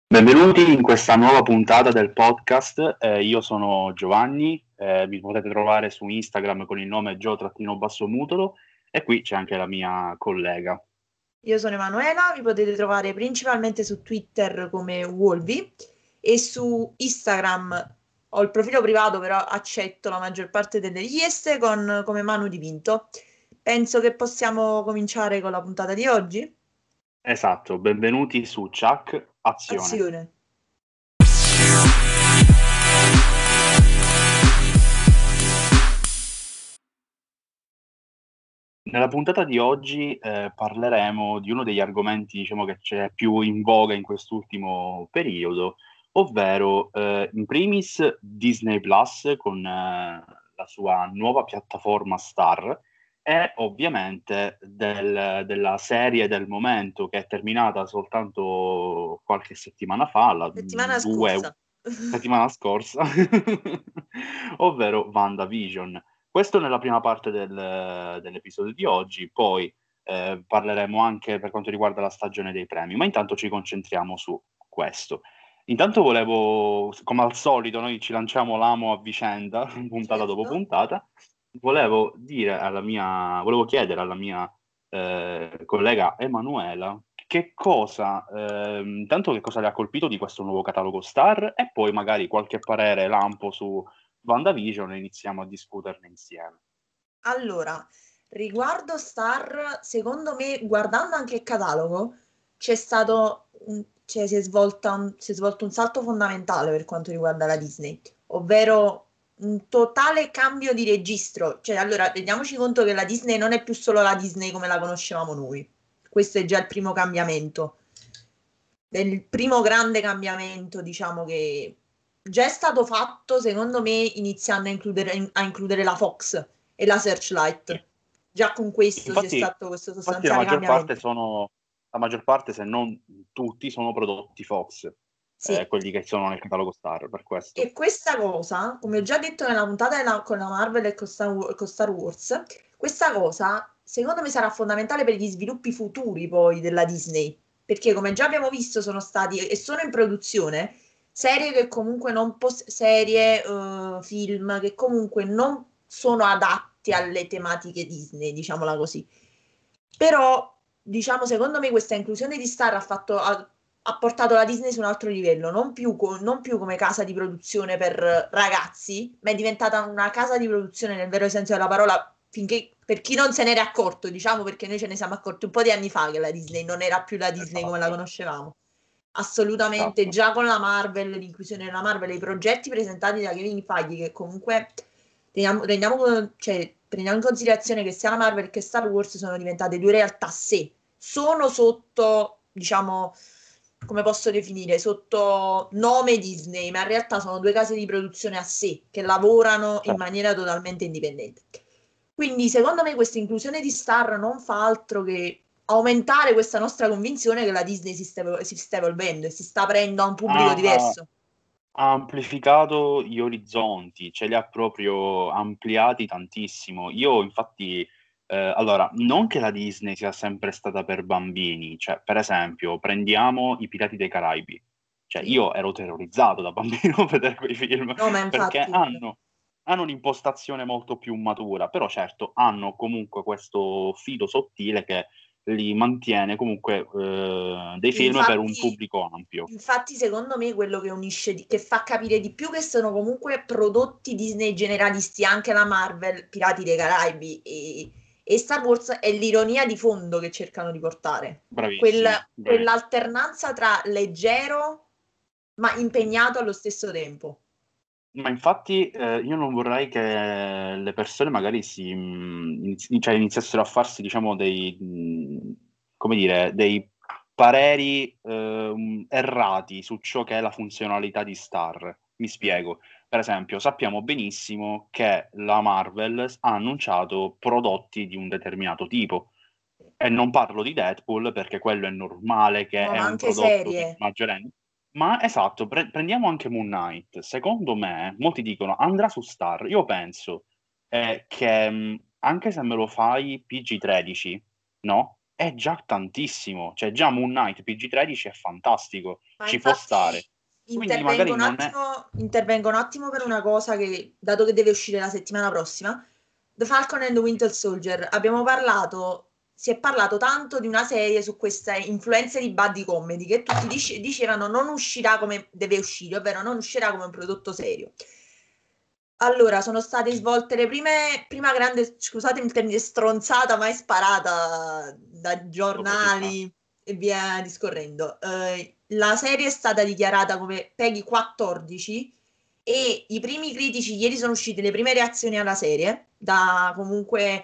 Benvenuti in questa nuova puntata del podcast. Io sono Giovanni, mi potete trovare su Instagram con il nome Gio-Mutolo e qui c'è anche la mia collega. Io sono Emanuela, mi potete trovare principalmente su Twitter come Wolvi e su Instagram ho il profilo privato, però accetto la maggior parte delle richieste come Manu Dipinto. Penso che possiamo cominciare con la puntata di oggi. Esatto, benvenuti su Chuck Azione. Azione. Nella puntata di oggi parleremo di uno degli argomenti, diciamo, che c'è più in voga in quest'ultimo periodo, ovvero in primis Disney Plus con la sua nuova piattaforma Star e ovviamente della serie del momento che è terminata soltanto qualche settimana fa, Scorsa. settimana scorsa, ovvero WandaVision. Questo nella prima parte dell'episodio di oggi, poi parleremo anche per quanto riguarda la stagione dei premi, ma intanto ci concentriamo su questo. Intanto volevo, come al solito, noi ci lanciamo l'amo a vicenda, puntata dopo Certo. puntata, volevo chiedere alla mia collega Emanuela intanto che cosa le ha colpito di questo nuovo catalogo Star e poi magari qualche parere lampo su WandaVision e iniziamo a discuterne insieme. Allora, riguardo Star, secondo me, guardando anche il catalogo, si è svolto un salto fondamentale per quanto riguarda la Disney, ovvero un totale cambio di registro. Cioè, allora, rendiamoci conto che la Disney non è più solo la Disney come la conoscevamo noi. Questo è già il primo cambiamento. È il primo grande cambiamento, diciamo, che già è stato fatto, secondo me, iniziando a includere la Fox e la Searchlight. Già con questo c'è Infatti, stato questo infatti la sostanziale maggior parte cambiamento. sono, la maggior parte, se non tutti, sono prodotti Fox, Sì. quelli che sono nel catalogo Star, per questo. E questa cosa, come ho già detto nella puntata con la Marvel e con Star Wars, questa cosa secondo me sarà fondamentale per gli sviluppi futuri poi della Disney, perché come già abbiamo visto sono stati e sono in produzione serie che comunque non film che comunque non sono adatti alle tematiche Disney, diciamola così. Però, diciamo, secondo me questa inclusione di Star ha portato la Disney su un altro livello, non più come casa di produzione per ragazzi, ma è diventata una casa di produzione nel vero senso della parola, finché per chi non se n'era accorto, diciamo, perché noi ce ne siamo accorti un po' di anni fa che la Disney non era più la Disney come la Esatto, conoscevamo. Assolutamente, esatto. già con la Marvel, l'inclusione della Marvel, i progetti presentati da Kevin Feige, che comunque prendiamo in considerazione che sia la Marvel che Star Wars sono diventate due realtà a sé, sono sotto, diciamo, come posso definire, sotto nome Disney, ma in realtà sono due case di produzione a sé che lavorano in Certo. maniera totalmente indipendente. Quindi, secondo me, questa inclusione di Star non fa altro che aumentare questa nostra convinzione che la Disney si sta evolvendo e si sta aprendo a un pubblico Ha, diverso. ha amplificato gli orizzonti, ce li ha proprio ampliati tantissimo. Io, infatti, allora, non che la Disney sia sempre stata per bambini, cioè, per esempio, prendiamo i Pirati dei Caraibi. Cioè, Sì. io ero terrorizzato da bambino a vedere quei film, No, ma perché infatti, hanno un'impostazione molto più matura, però certo hanno comunque questo filo sottile che li mantiene comunque dei film per un infatti, pubblico ampio. infatti, secondo me quello che unisce, che fa capire di più che sono comunque prodotti Disney generalisti, anche la Marvel, Pirati dei Caraibi e Star Wars, è l'ironia di fondo che cercano di portare. Bravissima, bravissima. Quell'alternanza tra leggero ma impegnato allo stesso tempo. Ma infatti io non vorrei che le persone magari cioè, iniziassero a farsi, diciamo, come dire, dei pareri errati su ciò che è la funzionalità di Star. Mi spiego. Per esempio, sappiamo benissimo che la Marvel ha annunciato prodotti di un determinato tipo. E non parlo di Deadpool perché quello è normale che No, è ma un anche prodotto per serie. maggiorenni. Ma esatto, prendiamo anche Moon Knight. Secondo me, molti dicono andrà su Star. Io penso che anche se me lo fai PG-13, no? è già tantissimo, cioè già Moon Knight PG-13 è fantastico, Ma ci può stare. infatti Quindi magari non è... intervengo un attimo per una cosa che, dato che deve uscire la settimana prossima, The Falcon and the Winter Soldier, si è parlato tanto di una serie su queste influenze di buddy comedy che tutti dicevano non uscirà come deve uscire, ovvero non uscirà come un prodotto serio. Allora, sono state svolte prima grande, scusatemi il termine, stronzata mai sparata da Cosa si fa? giornali e via discorrendo. La serie è stata dichiarata come Peggy 14 e i primi critici, ieri sono uscite le prime reazioni alla serie, da comunque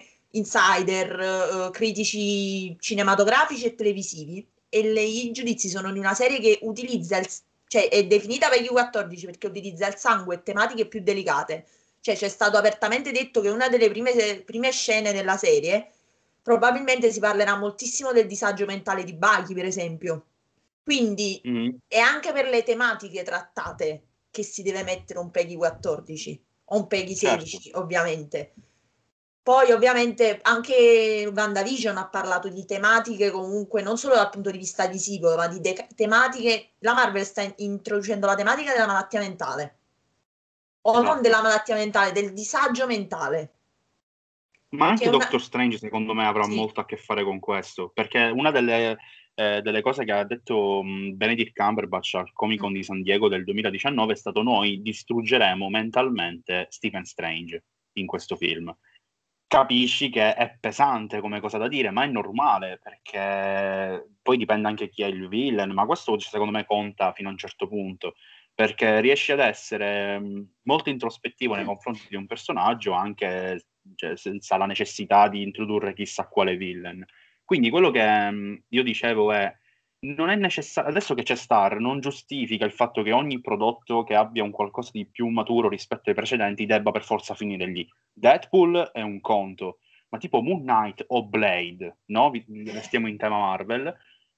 insider, critici cinematografici e televisivi, e i giudizi sono di una serie che utilizza cioè è definita Peggy 14 perché utilizza il sangue e tematiche più delicate. Cioè c'è stato apertamente detto che una delle prime scene della serie probabilmente si parlerà moltissimo del disagio mentale di Bucky, per esempio. Quindi Mm, è anche per le tematiche trattate che si deve mettere un Peggy 14 o un Peggy certo. 16, ovviamente. Poi ovviamente anche WandaVision ha parlato di tematiche comunque non solo dal punto di vista visivo, ma di tematiche. La Marvel sta introducendo la tematica della malattia mentale, o non Esatto. della malattia mentale, del disagio mentale, Ma che è anche una... Doctor Strange, secondo me, avrà Sì. molto a che fare con questo, perché una delle cose che ha detto Benedict Cumberbatch al Comic Mm. Con di San Diego del 2019 è stato: noi distruggeremo mentalmente Stephen Strange in questo film. Capisci che è pesante come cosa da dire, ma è normale, perché poi dipende anche chi è il villain, ma questo secondo me conta fino a un certo punto, perché riesci ad essere molto introspettivo nei confronti di un personaggio anche, cioè, senza la necessità di introdurre chissà quale villain. Quindi quello che io dicevo è: non è necessario, adesso che c'è Star, non giustifica il fatto che ogni prodotto che abbia un qualcosa di più maturo rispetto ai precedenti debba per forza finire lì. Deadpool è un conto, ma tipo Moon Knight o Blade, no? Restiamo in tema Marvel.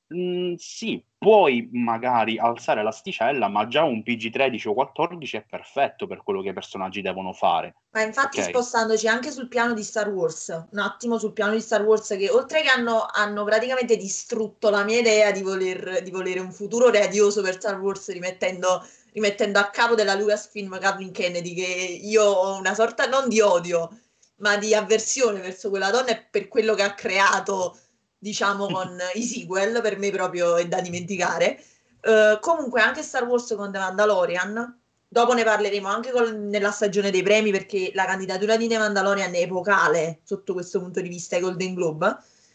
Sì, puoi magari alzare l'asticella, ma già un PG-13 o 14 è perfetto per quello che i personaggi devono fare. Ma infatti Ok? spostandoci anche sul piano di Star Wars, un attimo sul piano di Star Wars, che oltre che hanno praticamente distrutto la mia idea di volere un futuro radioso per Star Wars, rimettendo a capo della Lucasfilm Kathleen Kennedy, che io ho una sorta non di odio, ma di avversione verso quella donna e per quello che ha creato, diciamo, con i sequel, per me proprio è da dimenticare. Comunque anche Star Wars con The Mandalorian, dopo ne parleremo anche nella stagione dei premi perché la candidatura di The Mandalorian è epocale sotto questo punto di vista ai Golden Globe.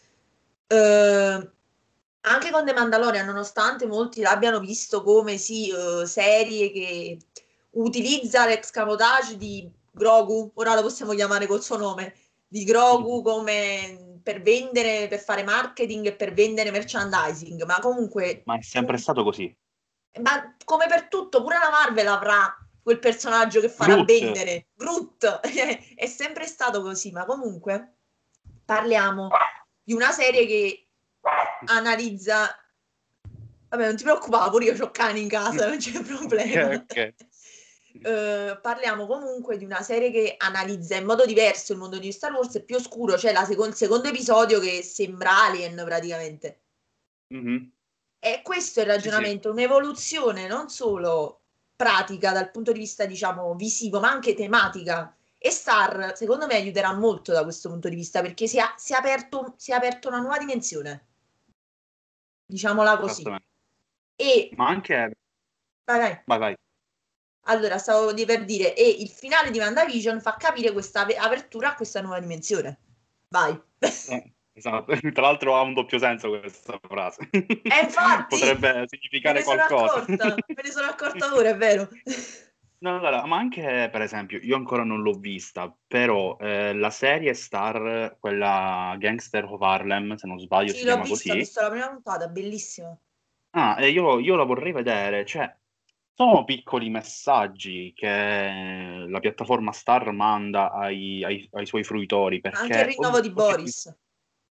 Anche con The Mandalorian, nonostante molti l'abbiano visto come sì, serie che utilizza l'excamotage di Grogu, ora lo possiamo chiamare col suo nome, di Grogu come per vendere, per fare marketing e per vendere merchandising, ma comunque Ma è sempre stato così. ma come per tutto, pure la Marvel avrà quel personaggio che farà Groot, vendere. Groot è sempre stato così, ma comunque parliamo di una serie che analizza. Vabbè, non ti preoccupare, pure io ho cani in casa, non c'è ok, problema. ok. Parliamo comunque di una serie che analizza in modo diverso il mondo di Star Wars, è più oscuro, c'è il secondo episodio che sembra Alien praticamente. Mhm. E questo è il Sì, sì. ragionamento, un'evoluzione non solo pratica dal punto di vista, diciamo, visivo, ma anche tematica. E Star, secondo me, aiuterà molto da questo punto di vista perché si è aperto una nuova dimensione, diciamola così. Esattamente. E, Ma anche... vai, vai. Vai, vai. Allora, stavo per dire, e il finale di WandaVision fa capire questa apertura a questa nuova dimensione. Vai. Esatto. Tra l'altro ha un doppio senso questa frase. E infatti, Potrebbe me significare ne sono qualcosa. accorta, me ne sono accorta ora, è vero. No, allora, ma anche, per esempio, io ancora non l'ho vista, però la serie Star, quella Gangster of Harlem, se non sbaglio Sì, si chiama ho così. visto la prima puntata, bellissima. Ah, e io la vorrei vedere, cioè, sono piccoli messaggi che la piattaforma Star manda ai suoi fruitori, Anche il perché rinnovo di Boris.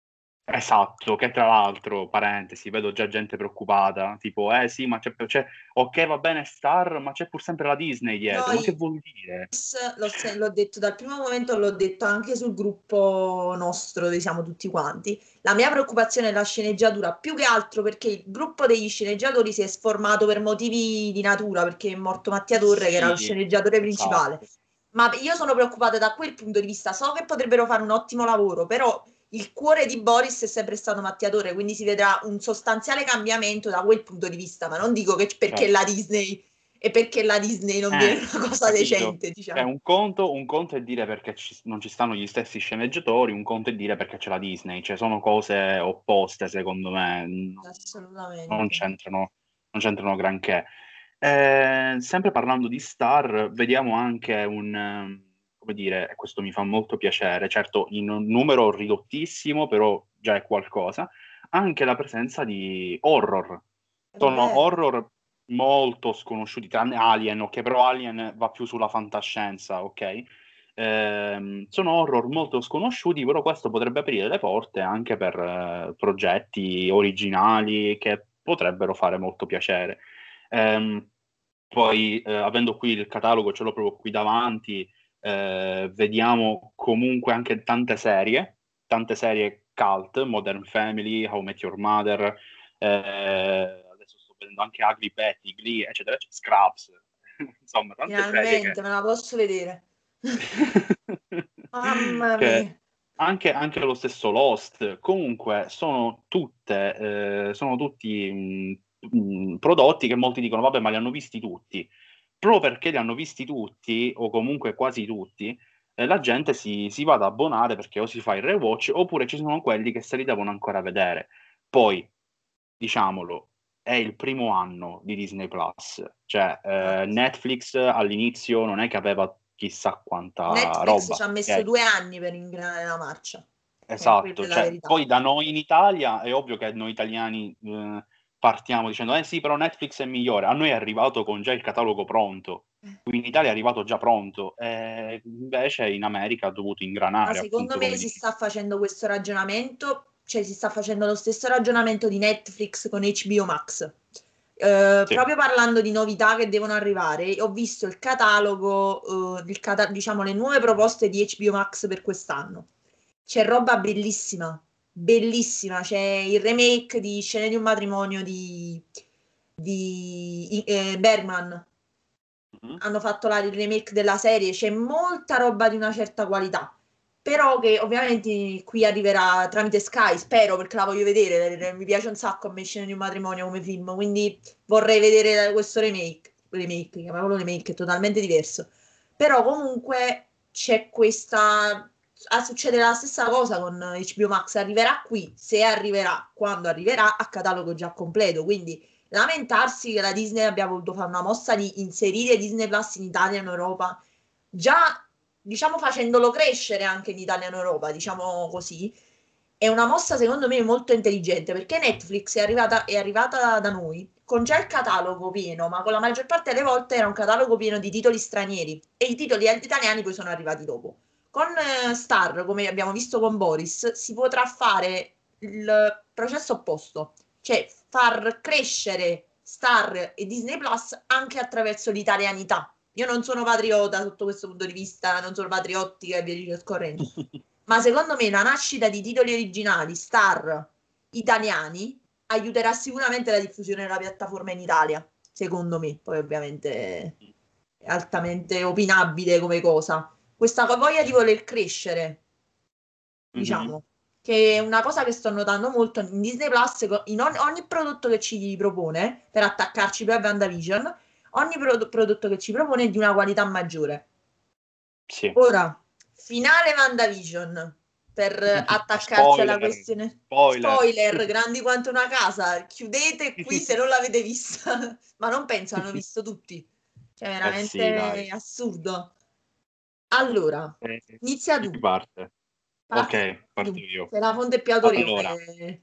Esatto, che tra l'altro, parentesi, vedo già gente preoccupata, tipo, sì, ma ok, va bene Star, ma c'è pur sempre la Disney dietro, ma che Noi vuol dire? l'ho detto dal primo momento, l'ho detto anche sul gruppo nostro, dove siamo tutti quanti. La mia preoccupazione è la sceneggiatura, più che altro perché il gruppo degli sceneggiatori si è sformato per motivi di natura, perché è morto Mattia Torre, che era lo Sì, sceneggiatore principale. esatto. Ma io sono preoccupata da quel punto di vista. So che potrebbero fare un ottimo lavoro, però il cuore di Boris è sempre stato Mattia Torre, quindi si vedrà un sostanziale cambiamento da quel punto di vista. Ma non dico che perché Certo. la Disney e perché la Disney non viene una cosa Capito? decente, Cioè, diciamo. un conto è dire perché non ci stanno gli stessi sceneggiatori, un conto è dire perché c'è la Disney, cioè sono cose opposte secondo me, non Assolutamente. c'entrano, non c'entrano granché. Sempre parlando di star, vediamo anche come dire, e questo mi fa molto piacere, certo in un numero ridottissimo, però già è qualcosa, anche la presenza di horror. È Sono vero. horror molto sconosciuti, tranne Alien, ok, però Alien va più sulla fantascienza, ok? Sono horror molto sconosciuti, però questo potrebbe aprire le porte anche per progetti originali che potrebbero fare molto piacere. Ehm, Poi, avendo qui il catalogo, ce l'ho proprio qui davanti, vediamo comunque anche tante serie cult, Modern Family, How I Met Your Mother, adesso sto vedendo anche Ugly Betty, Glee, eccetera, eccetera, Scrubs, insomma, tante serie che Finalmente me la posso vedere. Mamma che mia. anche lo stesso Lost, comunque sono tutti prodotti che molti dicono, vabbè, ma li hanno visti tutti. Proprio perché li hanno visti tutti, o comunque quasi tutti, la gente si va ad abbonare perché o si fa il rewatch, oppure ci sono quelli che se li devono ancora vedere. Poi, diciamolo, è il primo anno di Disney Plus, cioè Esatto. Netflix all'inizio non è che aveva chissà quanta Netflix ci roba, ha messo ok? 2 anni per ingranare la marcia. Quella è Esatto, la cioè, verità. poi da noi in Italia è ovvio che noi italiani partiamo dicendo, eh sì, però Netflix è migliore. A noi è arrivato con già il catalogo pronto, qui in Italia è arrivato già pronto, e invece in America ha dovuto Ma ingranare, secondo appunto, me come si dici. sta facendo questo ragionamento, cioè si sta facendo lo stesso ragionamento di Netflix con HBO Max. Sì. Proprio parlando di novità che devono arrivare, ho visto il catalogo, diciamo le nuove proposte di HBO Max per quest'anno. C'è roba bellissima, bellissima. C'è il remake di Scene di un matrimonio di Bergman. Mhm. Hanno fatto il remake della serie, c'è molta roba di una certa qualità, però che ovviamente qui arriverà tramite Sky, spero perché la voglio vedere, mi piace un sacco a me Scene di un matrimonio come film, quindi vorrei vedere questo remake, chiamiamolo remake, è totalmente diverso, però comunque c'è questa... succede la stessa cosa con HBO Max, arriverà qui, se arriverà, quando arriverà, a catalogo già completo, quindi lamentarsi che la Disney abbia voluto fare una mossa di inserire Disney Plus in Italia e in Europa, già diciamo facendolo crescere anche in Italia e in Europa, diciamo così, è una mossa secondo me molto intelligente perché Netflix è arrivata da noi con già il catalogo pieno, ma con la maggior parte delle volte era un catalogo pieno di titoli stranieri e i titoli italiani poi sono arrivati dopo. Con Star, come abbiamo visto con Boris, si potrà fare il processo opposto, cioè far crescere Star e Disney Plus anche attraverso l'italianità. Io non sono patriota sotto questo punto di vista, non sono patriottica e via discorrendo, ma secondo me la nascita di titoli originali, Star italiani, aiuterà sicuramente la diffusione della piattaforma in Italia, secondo me. Poi ovviamente è altamente opinabile come cosa. Questa voglia di voler crescere, Mhm. diciamo, che è una cosa che sto notando molto in Disney Plus, in ogni prodotto che ci propone, per attaccarci poi a WandaVision, ogni prodotto che ci propone è di una qualità maggiore. Sì. Ora, finale WandaVision, per attaccarci alla Spoiler, questione spoiler. spoiler, grandi quanto una casa, chiudete qui se non l'avete vista, ma non penso, hanno visto tutti, cioè Eh sì, veramente dai. assurdo. Allora, inizia Chi tu. parte? Parti Ok, parto tu, io. sei la fonte più Allora. autorevole.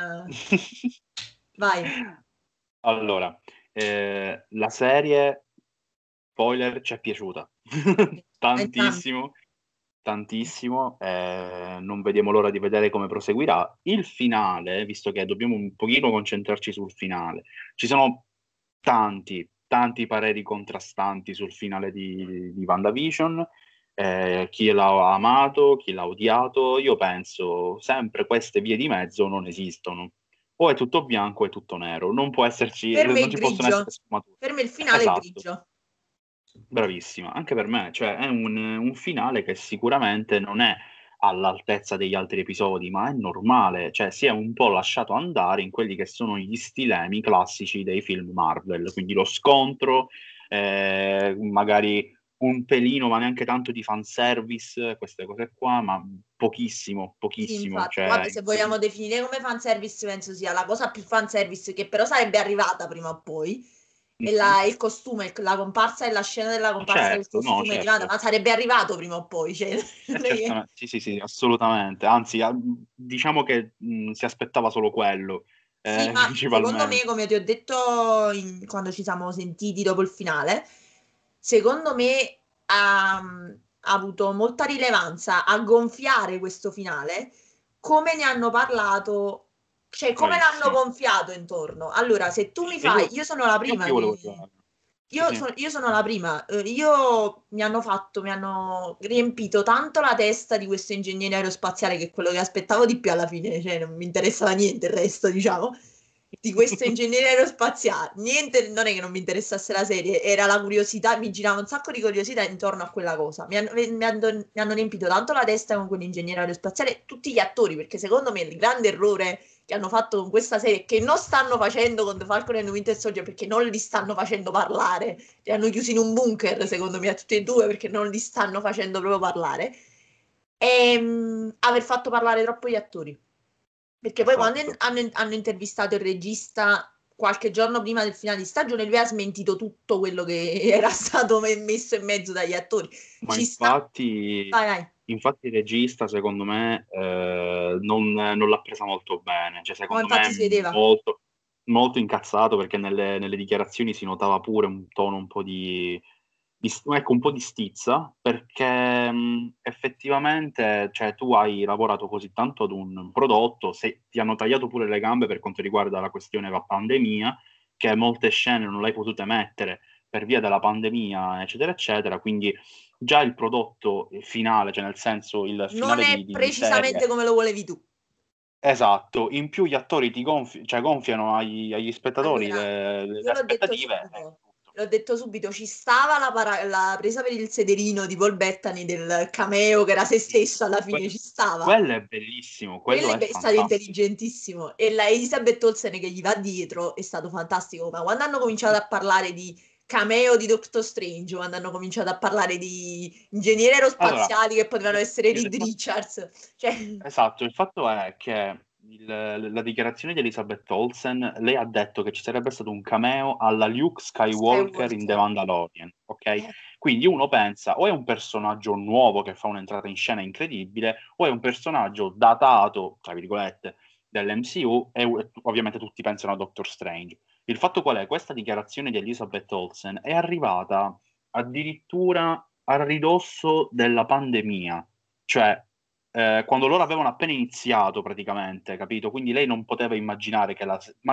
Vai. Allora, la serie, spoiler, ci è piaciuta Entrambi. tantissimo, tantissimo, non vediamo l'ora di vedere come proseguirà. Il finale, visto che dobbiamo un pochino concentrarci sul finale, ci sono tanti pareri contrastanti sul finale di WandaVision, chi l'ha amato, chi l'ha odiato. Io penso sempre queste vie di mezzo non esistono. O è tutto bianco o è tutto nero, non può esserci, Per me è non ci possono grigio. essere sfumature. Per me il finale è Esatto. grigio. Bravissima, anche per me, cioè è un finale che sicuramente non è all'altezza degli altri episodi, ma è normale, cioè si è un po' lasciato andare in quelli che sono gli stilemi classici dei film Marvel, quindi lo scontro, magari un pelino, ma neanche tanto di fanservice, queste cose qua, ma Sì, pochissimo, infatti, cioè guarda, se vogliamo definire come fanservice, penso sia la cosa più fanservice che però sarebbe arrivata prima o poi. E Mhm. il costume, la comparsa e la scena della comparsa del Certo, no, costume di Wanda, certo. ma sarebbe arrivato prima o poi. Cioè, non è che... Certamente, sì, assolutamente. Anzi, diciamo che si aspettava solo quello, Sì, ma secondo me, principalmente. come ti ho detto quando ci siamo sentiti dopo il finale, secondo me ha avuto molta rilevanza a gonfiare questo finale, come ne hanno parlato, cioè come l'hanno Bravissima. gonfiato intorno. Allora, se tu mi E fai, io sono la io prima ti volevo che... dire. Sì, sì. Io sono la prima, io mi hanno riempito tanto la testa di questo ingegnere aerospaziale che è quello che aspettavo di più alla fine, cioè non mi interessava niente il resto, diciamo, di questo ingegnere aerospaziale. Niente, non è che non mi interessasse la serie, era la curiosità, mi girava un sacco di curiosità intorno a quella cosa. Mi hanno riempito tanto la testa con quell'ingegnere aerospaziale, tutti gli attori, perché secondo me il grande errore che hanno fatto con questa serie, che non stanno facendo con The Falcon and the Winter Soldier perché non li stanno facendo parlare, li hanno chiusi in un bunker, secondo me, a tutti e due perché non li stanno facendo proprio parlare, e aver fatto parlare troppo gli attori. Perché poi quando Esatto. hanno intervistato il regista qualche giorno prima del finale di stagione, lui ha smentito tutto quello che era stato messo in mezzo dagli attori. Ma Ci sta. infatti, Vai, vai. infatti il regista, secondo me, non l'ha presa molto bene. Cioè, No, secondo me infatti è si vedeva. molto incazzato perché nelle dichiarazioni si notava pure un tono un po' ecco, un po' di stizza, perché effettivamente, cioè, tu hai lavorato così tanto ad un prodotto, se ti hanno tagliato pure le gambe per quanto riguarda la questione della pandemia, che molte scene non le hai potute mettere per via della pandemia, eccetera, eccetera. Quindi già il prodotto finale, cioè nel senso il Non finale è di precisamente serie, come lo volevi tu. esatto, in più gli attori cioè gonfiano agli spettatori Allora, le io aspettative. Tutto. l'ho detto subito, ci stava la presa per il sederino di Paul Bettany del cameo che era se Sì. stesso alla fine, Que- ci stava. Quello è bellissimo, quello è È stato fantastico. intelligentissimo e la Elizabeth Olsen che gli va dietro è stato fantastico, ma quando hanno cominciato a parlare di cameo di Doctor Strange, quando hanno cominciato a parlare di ingegneri Allora, aerospaziali che potevano essere il Reed fatto- Richards, cioè... esatto, il fatto è che la dichiarazione di Elizabeth Olsen, lei ha detto che ci sarebbe stato un cameo alla Luke Skywalker in The Skywalker. Mandalorian, ok? Eh, Quindi uno pensa o è un personaggio nuovo che fa un'entrata in scena incredibile, o è un personaggio datato, tra virgolette, dell'MCU e ovviamente tutti pensano a Doctor Strange. Il fatto qual è? Questa dichiarazione di Elizabeth Olsen è arrivata addirittura a ridosso della pandemia, cioè quando loro avevano appena iniziato praticamente, capito? Quindi lei non poteva immaginare che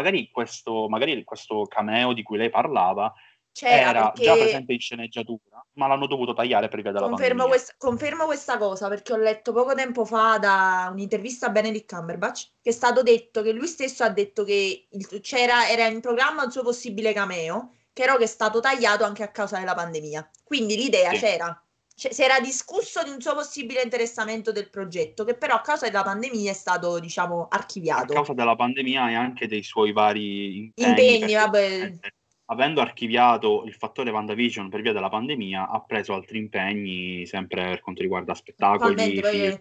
magari questo cameo di cui lei parlava c'era era già perché presente in sceneggiatura, ma l'hanno dovuto tagliare per via della pandemia. Confermo questa cosa perché ho letto poco tempo fa da un'intervista a Benedict Cumberbatch che è stato detto che lui stesso ha detto che era in programma un suo possibile cameo, che è stato tagliato anche a causa della pandemia. Quindi l'idea Sì. c'era. Si era discusso di un suo possibile interessamento del progetto, che però a causa della pandemia è stato, diciamo, A archiviato. causa della pandemia e anche dei suoi vari impegni, Impegni, perché vabbè, giustamente, avendo archiviato il fattore WandaVision per via della pandemia, ha preso altri impegni sempre per quanto riguarda attualmente spettacoli, poi film.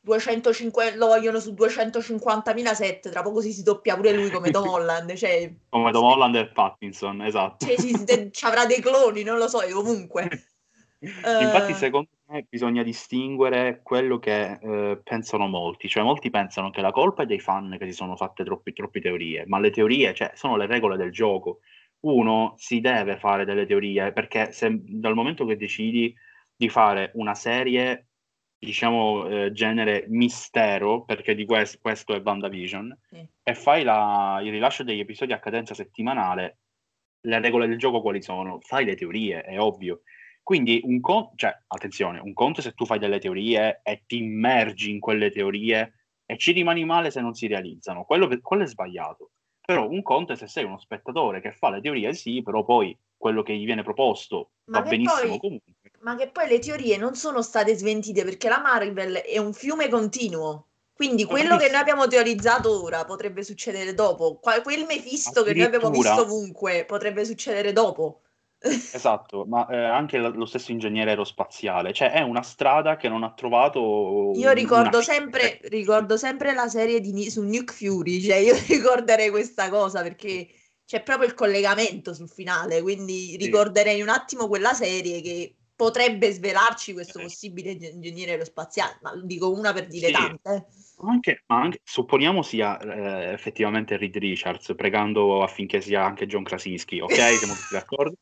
205 lo vogliono su 250.000 set, tra poco si doppia pure lui come Tom Holland, cioè, Come Tom Holland e Pattinson, esatto. ci avrà dei cloni, non lo so, e ovunque. Infatti, Eh, secondo me bisogna distinguere quello che pensano molti, cioè molti pensano che la colpa è dei fan che si sono fatte troppe teorie, ma le teorie, cioè, sono le regole del gioco. Uno si deve fare delle teorie perché se dal momento che decidi di fare una serie diciamo, genere mistero, perché di questo è WandaVision, Sì. e fai il rilascio degli episodi a cadenza settimanale, le regole del gioco quali sono? Fai le teorie, è ovvio. Quindi cioè, attenzione, un conto è se tu fai delle teorie e ti immergi in quelle teorie e ci rimani male se non si realizzano, quello è sbagliato. Però un conto è se sei uno spettatore che fa le teorie, sì, però poi quello che gli viene proposto Ma va che benissimo poi, comunque. ma che poi le teorie non sono state smentite perché la Marvel è un fiume continuo. Quindi quello che noi Bravissimo. abbiamo teorizzato ora potrebbe succedere dopo. Quel Mefisto che noi abbiamo visto Addirittura, ovunque potrebbe succedere dopo. esatto, ma anche lo stesso ingegnere aerospaziale, cioè è una strada che non ha trovato Io una fine. ricordo sempre la serie su Nuke Fury, cioè io ricorderei questa cosa perché c'è proprio il collegamento sul finale, quindi Sì, ricorderei un attimo quella serie che potrebbe svelarci questo eh, possibile ingegnere aerospaziale, ma lo dico una per dire sì. tante. Ma anche, supponiamo sia effettivamente Reed Richards, pregando affinché sia anche John Krasinski, ok? Siamo tutti d'accordo?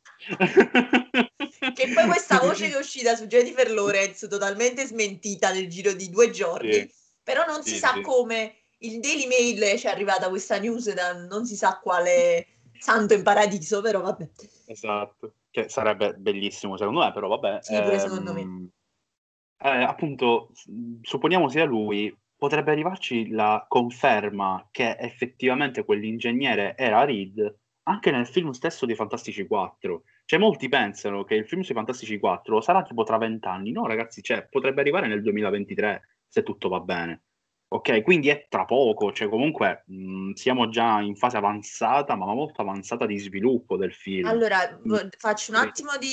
Che poi questa voce che è uscita su Jennifer Lawrence, totalmente smentita nel giro di 2 giorni, Sì, però non si sì, sa sì, come il Daily Mail ci è arrivata questa news da non si sa quale santo in paradiso, però vabbè. esatto. Che sarebbe bellissimo secondo me, però vabbè. Sì, pure secondo me. Appunto, supponiamo sia lui, potrebbe arrivarci la conferma che effettivamente quell'ingegnere era Reed anche nel film stesso dei Fantastici 4. Cioè, molti pensano che il film sui Fantastici 4 sarà tipo tra 20 anni. No, ragazzi, cioè, potrebbe arrivare nel 2023 se tutto va bene. Ok, quindi è tra poco, cioè comunque siamo già in fase avanzata, ma molto avanzata di sviluppo del film. Allora, Mm, faccio un capito? attimo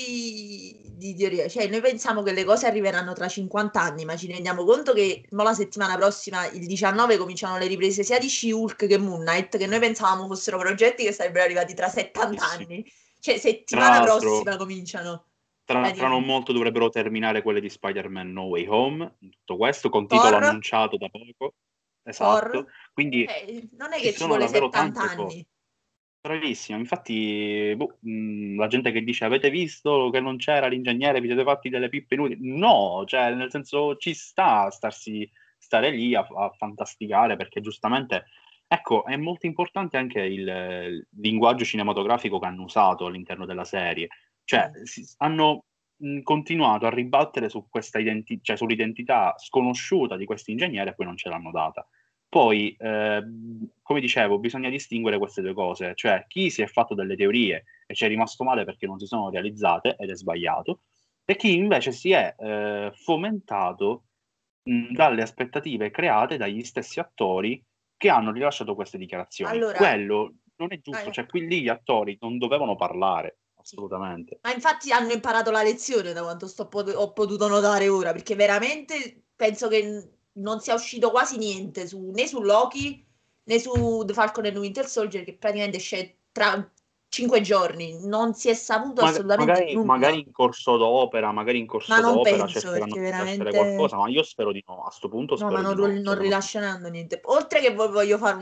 di teoria. Cioè, noi pensiamo che le cose arriveranno tra 50 anni, ma ci rendiamo conto che mo la settimana prossima, il 19, cominciano le riprese sia di She-Hulk che Moon Knight, che noi pensavamo fossero progetti che sarebbero arrivati tra 70 Bellissimo. anni. Cioè, Tra settimana l'altro, prossima cominciano, tra non praticamente. molto dovrebbero terminare quelle di Spider-Man No Way Home, tutto questo, con titolo Thor, annunciato da poco. Esatto. Thor, Quindi non è ci che ci sono vuole davvero 70 tante cose. anni. Bravissimo, infatti boh, la gente che dice avete visto che non c'era l'ingegnere, vi siete fatti delle pippe inutili? No, cioè nel senso ci sta a stare lì a fantasticare perché giustamente, ecco, è molto importante anche il linguaggio cinematografico che hanno usato all'interno della serie. Cioè Sì. hanno continuato a ribattere su questa cioè sull'identità sconosciuta di questo ingegnere e poi non ce l'hanno data. Poi, come dicevo, bisogna distinguere queste due cose, cioè chi si è fatto delle teorie e ci è rimasto male perché non si sono realizzate ed è sbagliato, e chi invece si è fomentato dalle aspettative create dagli stessi attori che hanno rilasciato queste dichiarazioni. Allora, Quello non è giusto, eh, cioè qui lì gli attori non dovevano parlare, sì. assolutamente. Ma infatti hanno imparato la lezione da quanto ho potuto notare ora, perché veramente penso che non sia uscito quasi niente né su Loki né su The Falcon and the Winter Soldier, che praticamente esce tra 5 giorni. Non si è saputo assolutamente Magari nulla, magari in ma corso non d'opera penso, cercheranno perché di rilasciare veramente... qualcosa, ma io spero di no. A sto punto No, ma spero di no. non Cioè, secondo me. rilasceranno niente. Oltre che voglio fare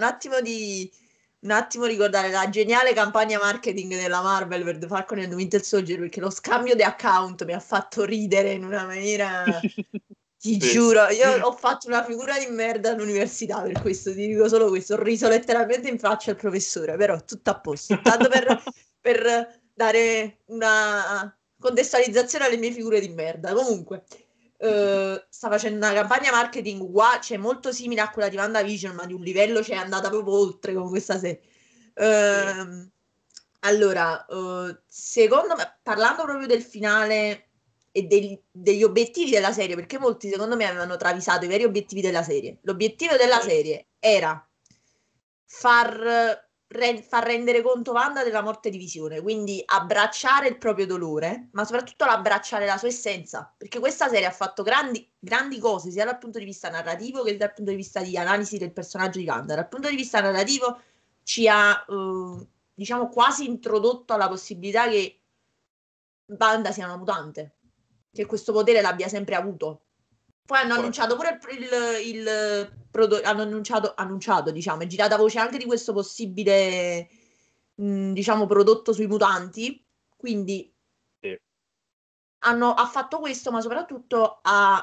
un attimo ricordare la geniale campagna marketing della Marvel per The Falcon and the Winter Soldier, perché lo scambio di account mi ha fatto ridere in una maniera, ti Sì. giuro, io ho fatto una figura di merda all'università per questo, ti dico solo questo, ho riso letteralmente in faccia al professore, però tutto a posto. Tanto per dare una contestualizzazione alle mie figure di merda. Comunque sta facendo una campagna marketing uguale, cioè molto simile a quella di WandaVision, ma di un livello c'è andata proprio oltre con questa serie. Sì. Ehm, allora, secondo me, parlando proprio del finale e degli obiettivi della serie, perché molti secondo me avevano travisato i veri obiettivi della serie. L'obiettivo della Ok. serie era far rendere conto Wanda della morte di Visione, quindi abbracciare il proprio dolore, ma soprattutto l'abbracciare la sua essenza, perché questa serie ha fatto grandi, grandi cose sia dal punto di vista narrativo che dal punto di vista di analisi del personaggio di Wanda. Dal punto di vista narrativo ci ha, diciamo, quasi introdotto alla possibilità che Wanda sia una mutante, che questo potere l'abbia sempre avuto. Poi hanno Può annunciato essere. pure hanno annunciato, diciamo, è girata voce anche di questo possibile, diciamo, prodotto sui mutanti. Quindi Sì. ha fatto questo, ma soprattutto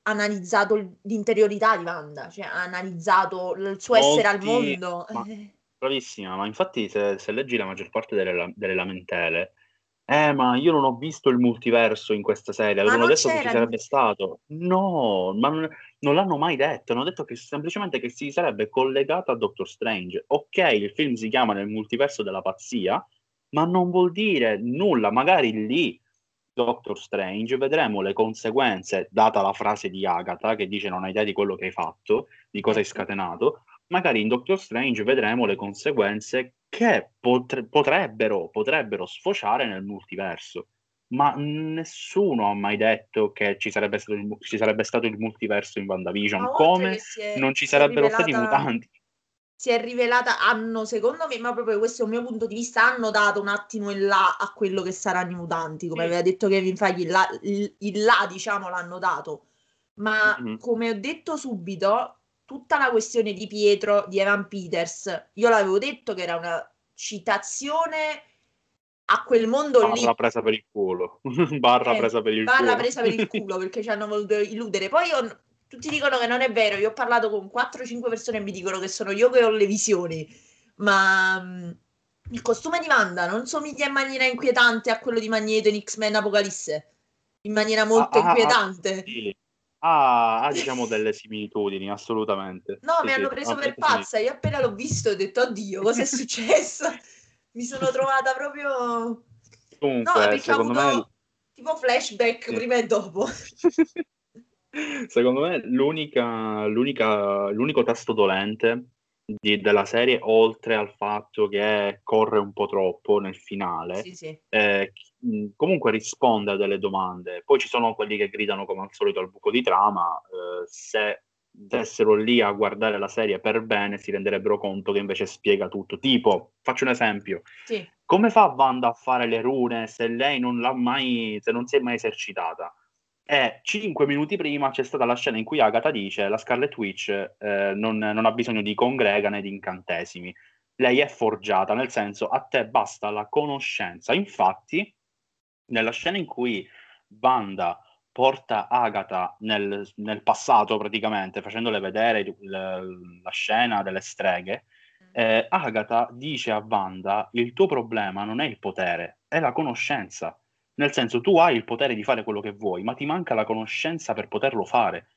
analizzato l'interiorità di Wanda, cioè ha analizzato il suo essere al mondo. Ma bravissima, ma infatti se leggi la maggior parte delle lamentele, ma io non ho visto il multiverso in questa serie, Ma avevano non detto che ci c'era sarebbe stato. No, ma non l'hanno mai detto, hanno detto che semplicemente che si sarebbe collegato a Doctor Strange. Ok, il film si chiama Nel multiverso della pazzia, ma non vuol dire nulla, magari lì Doctor Strange vedremo le conseguenze, data la frase di Agatha che dice non hai idea di quello che hai fatto, di cosa hai ecco. scatenato, magari in Doctor Strange vedremo le conseguenze che potrebbero sfociare nel multiverso. Ma nessuno ha mai detto che ci sarebbe stato il multiverso in Ma WandaVision, oltre che come si è, non ci si è sarebbero stati rivelata, mutanti. si è rivelata, hanno, secondo me, ma proprio questo è un mio punto di vista, hanno dato un attimo il là a quello che saranno i mutanti, come Sì. aveva detto Kevin Feige, il là, diciamo, l'hanno dato. Ma Mhm. come ho detto subito, tutta la questione di Pietro, di Evan Peters, io l'avevo detto che era una citazione a quel mondo lì, Barra presa per il culo. Barra presa per il barra culo. presa per il culo perché ci hanno voluto illudere. Poi tutti dicono che non è vero. Io ho parlato con 4-5 persone e mi dicono che sono io che ho le visioni. Ma il costume di Wanda non somiglia in maniera inquietante a quello di Magneto in X-Men Apocalisse. In maniera Ah, molto ah, ah, inquietante. sì. Diciamo delle similitudini, assolutamente. No, Sì, mi hanno sì, preso ha per molte similitudini. pazza. Io appena l'ho visto ho detto, oddio, cosa è successo? Mi sono trovata proprio... No, Comunque, perché ho secondo me, avuto tipo flashback sì. prima e dopo. Secondo me l'unico tasto dolente della serie, oltre al fatto che corre un po' troppo nel finale, Sì, sì. comunque risponde a delle domande. Poi ci sono quelli che gridano come al solito al buco di trama, se dessero lì a guardare la serie per bene si renderebbero conto che invece spiega tutto. Tipo, faccio un esempio. Sì. Come fa Wanda a fare le rune se lei non l'ha mai, se non si è mai esercitata? E 5 minuti prima c'è stata la scena in cui Agatha dice la Scarlet Witch non ha bisogno di congrega né di incantesimi. Lei è forgiata, nel senso a te basta la conoscenza. Infatti, nella scena in cui Wanda porta Agatha nel passato, praticamente, facendole vedere la scena delle streghe, Agatha dice a Wanda: il tuo problema non è il potere, è la conoscenza. Nel senso, tu hai il potere di fare quello che vuoi, ma ti manca la conoscenza per poterlo fare.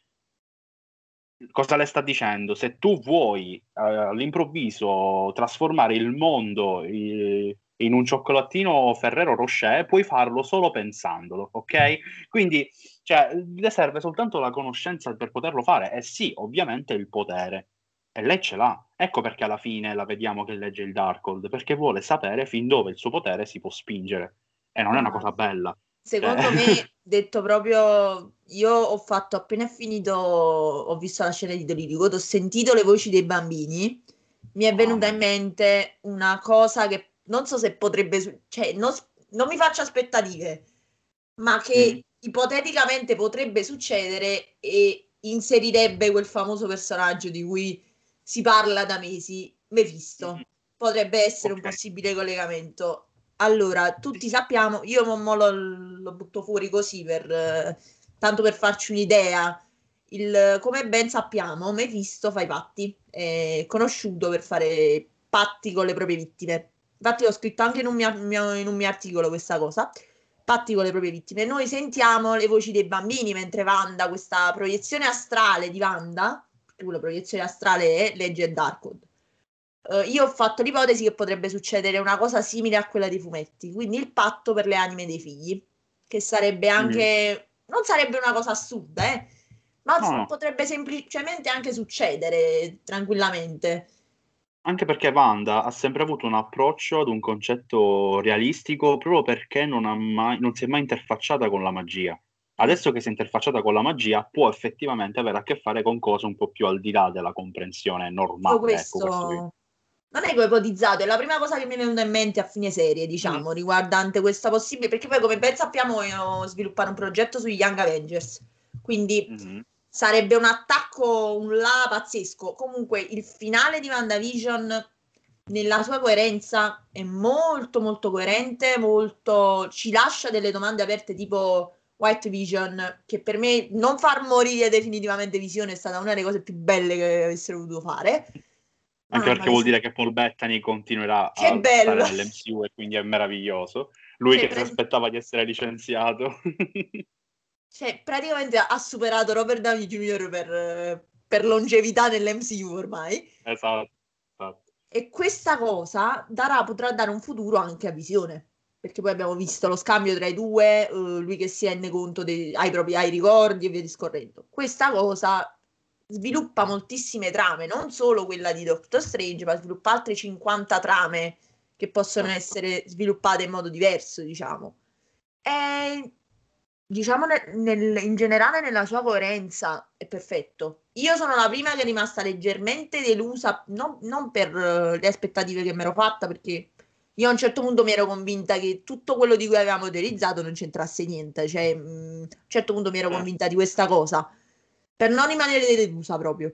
Cosa le sta dicendo? Se tu vuoi all'improvviso trasformare il mondo in un cioccolatino Ferrero Rocher, puoi farlo solo pensandolo, ok? Quindi, cioè, le serve soltanto la conoscenza per poterlo fare. E sì, ovviamente il potere. E lei ce l'ha. Ecco perché alla fine la vediamo che legge il Darkhold, perché vuole sapere fin dove il suo potere si può spingere. E non è una Ma cosa bella. Cioè, secondo me, detto proprio, io ho fatto appena finito, ho visto la scena di Dolittle, ho sentito le voci dei bambini, mi è venuta mamma in mia. mente una cosa che non so se potrebbe, cioè non mi faccio aspettative, ma Mm, che ipoteticamente potrebbe succedere e inserirebbe quel famoso personaggio di cui si parla da mesi, mm, Mephisto. Potrebbe essere un ok. possibile collegamento. Allora, Sì, tutti sì. sappiamo, io mo lo butto fuori così tanto per farci un'idea. Come ben sappiamo, Mephisto fa i patti, è conosciuto per fare patti con le proprie vittime. Infatti ho scritto anche in un mio articolo questa cosa, patti con le proprie vittime. Noi sentiamo le voci dei bambini mentre Wanda, questa proiezione astrale di Wanda, perché la proiezione astrale è legge il Darkhold. Io ho fatto l'ipotesi che potrebbe succedere una cosa simile a quella dei fumetti, quindi il patto per le anime dei figli, che sarebbe Mhm. anche, non sarebbe una cosa assurda, ma No, no. potrebbe semplicemente anche succedere tranquillamente. Anche perché Wanda ha sempre avuto un approccio ad un concetto realistico proprio perché non si è mai interfacciata con la magia. Mm. Adesso che si è interfacciata con la magia, può effettivamente avere a che fare con cose un po' più al di là della comprensione Io normale, ecco, questo questo io. non è che ho ipotizzato, è la prima cosa che mi è venuta in mente a fine serie, Mm. diciamo, riguardante questa possibile, perché poi come ben sappiamo vogliono sviluppare un progetto sugli Young Avengers, quindi Mhm. sarebbe un attacco, un là pazzesco. Comunque il finale di WandaVision nella sua coerenza è molto molto coerente, molto ci lascia delle domande aperte tipo White Vision, che per me non far morire definitivamente Visione è stata una delle cose più belle che avessero potuto fare. Anche Mamma, perché vuol dire che Paul Bettany continuerà che a stare bello! nell'MCU e quindi è meraviglioso. Lui Cioè, che si aspettava di essere licenziato. cioè, praticamente ha superato Robert Downey Jr. per longevità nell'MCU ormai. Esatto, esatto. E questa cosa potrà dare un futuro anche a Visione. Perché poi abbiamo visto lo scambio tra i due, lui che si rende conto ai ricordi e via discorrendo. Questa cosa sviluppa moltissime trame, non solo quella di Doctor Strange, ma sviluppa altre 50 trame che possono Certo. essere sviluppate in modo diverso, diciamo. E diciamo in generale nella sua coerenza è perfetto. Io sono la prima che è rimasta leggermente delusa, non per le aspettative che mi ero fatta, perché io a un certo punto mi ero convinta che tutto quello di cui avevamo teorizzato non c'entrasse niente, cioè a un certo punto mi ero convinta di questa cosa, per non rimanere delusa proprio.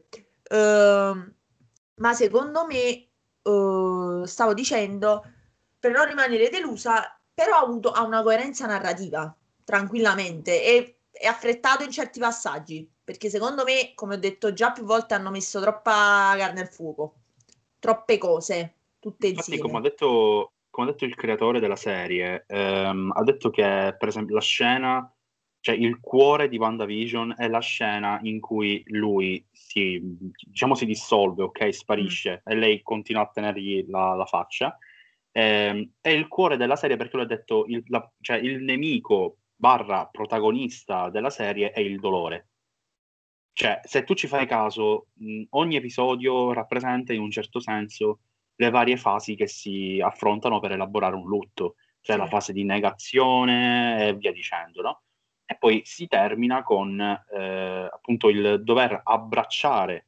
Ma secondo me, stavo dicendo, per non rimanere delusa, però ha una coerenza narrativa tranquillamente e è affrettato in certi passaggi, perché secondo me, come ho detto già più volte, hanno messo troppa carne al fuoco, troppe cose, tutte Infatti, insieme. come ha detto il creatore della serie, ha detto che, per esempio, la scena, cioè il cuore di WandaVision è la scena in cui lui diciamo, si dissolve, ok? Mm, Sparisce e lei continua a tenergli la faccia. È il cuore della serie perché lui ha detto, cioè il nemico barra protagonista della serie è il dolore. Cioè, se tu ci fai caso, ogni episodio rappresenta in un certo senso le varie fasi che si affrontano per elaborare un lutto, cioè la sì, fase di negazione e via dicendo, no? E poi si termina con appunto il dover abbracciare,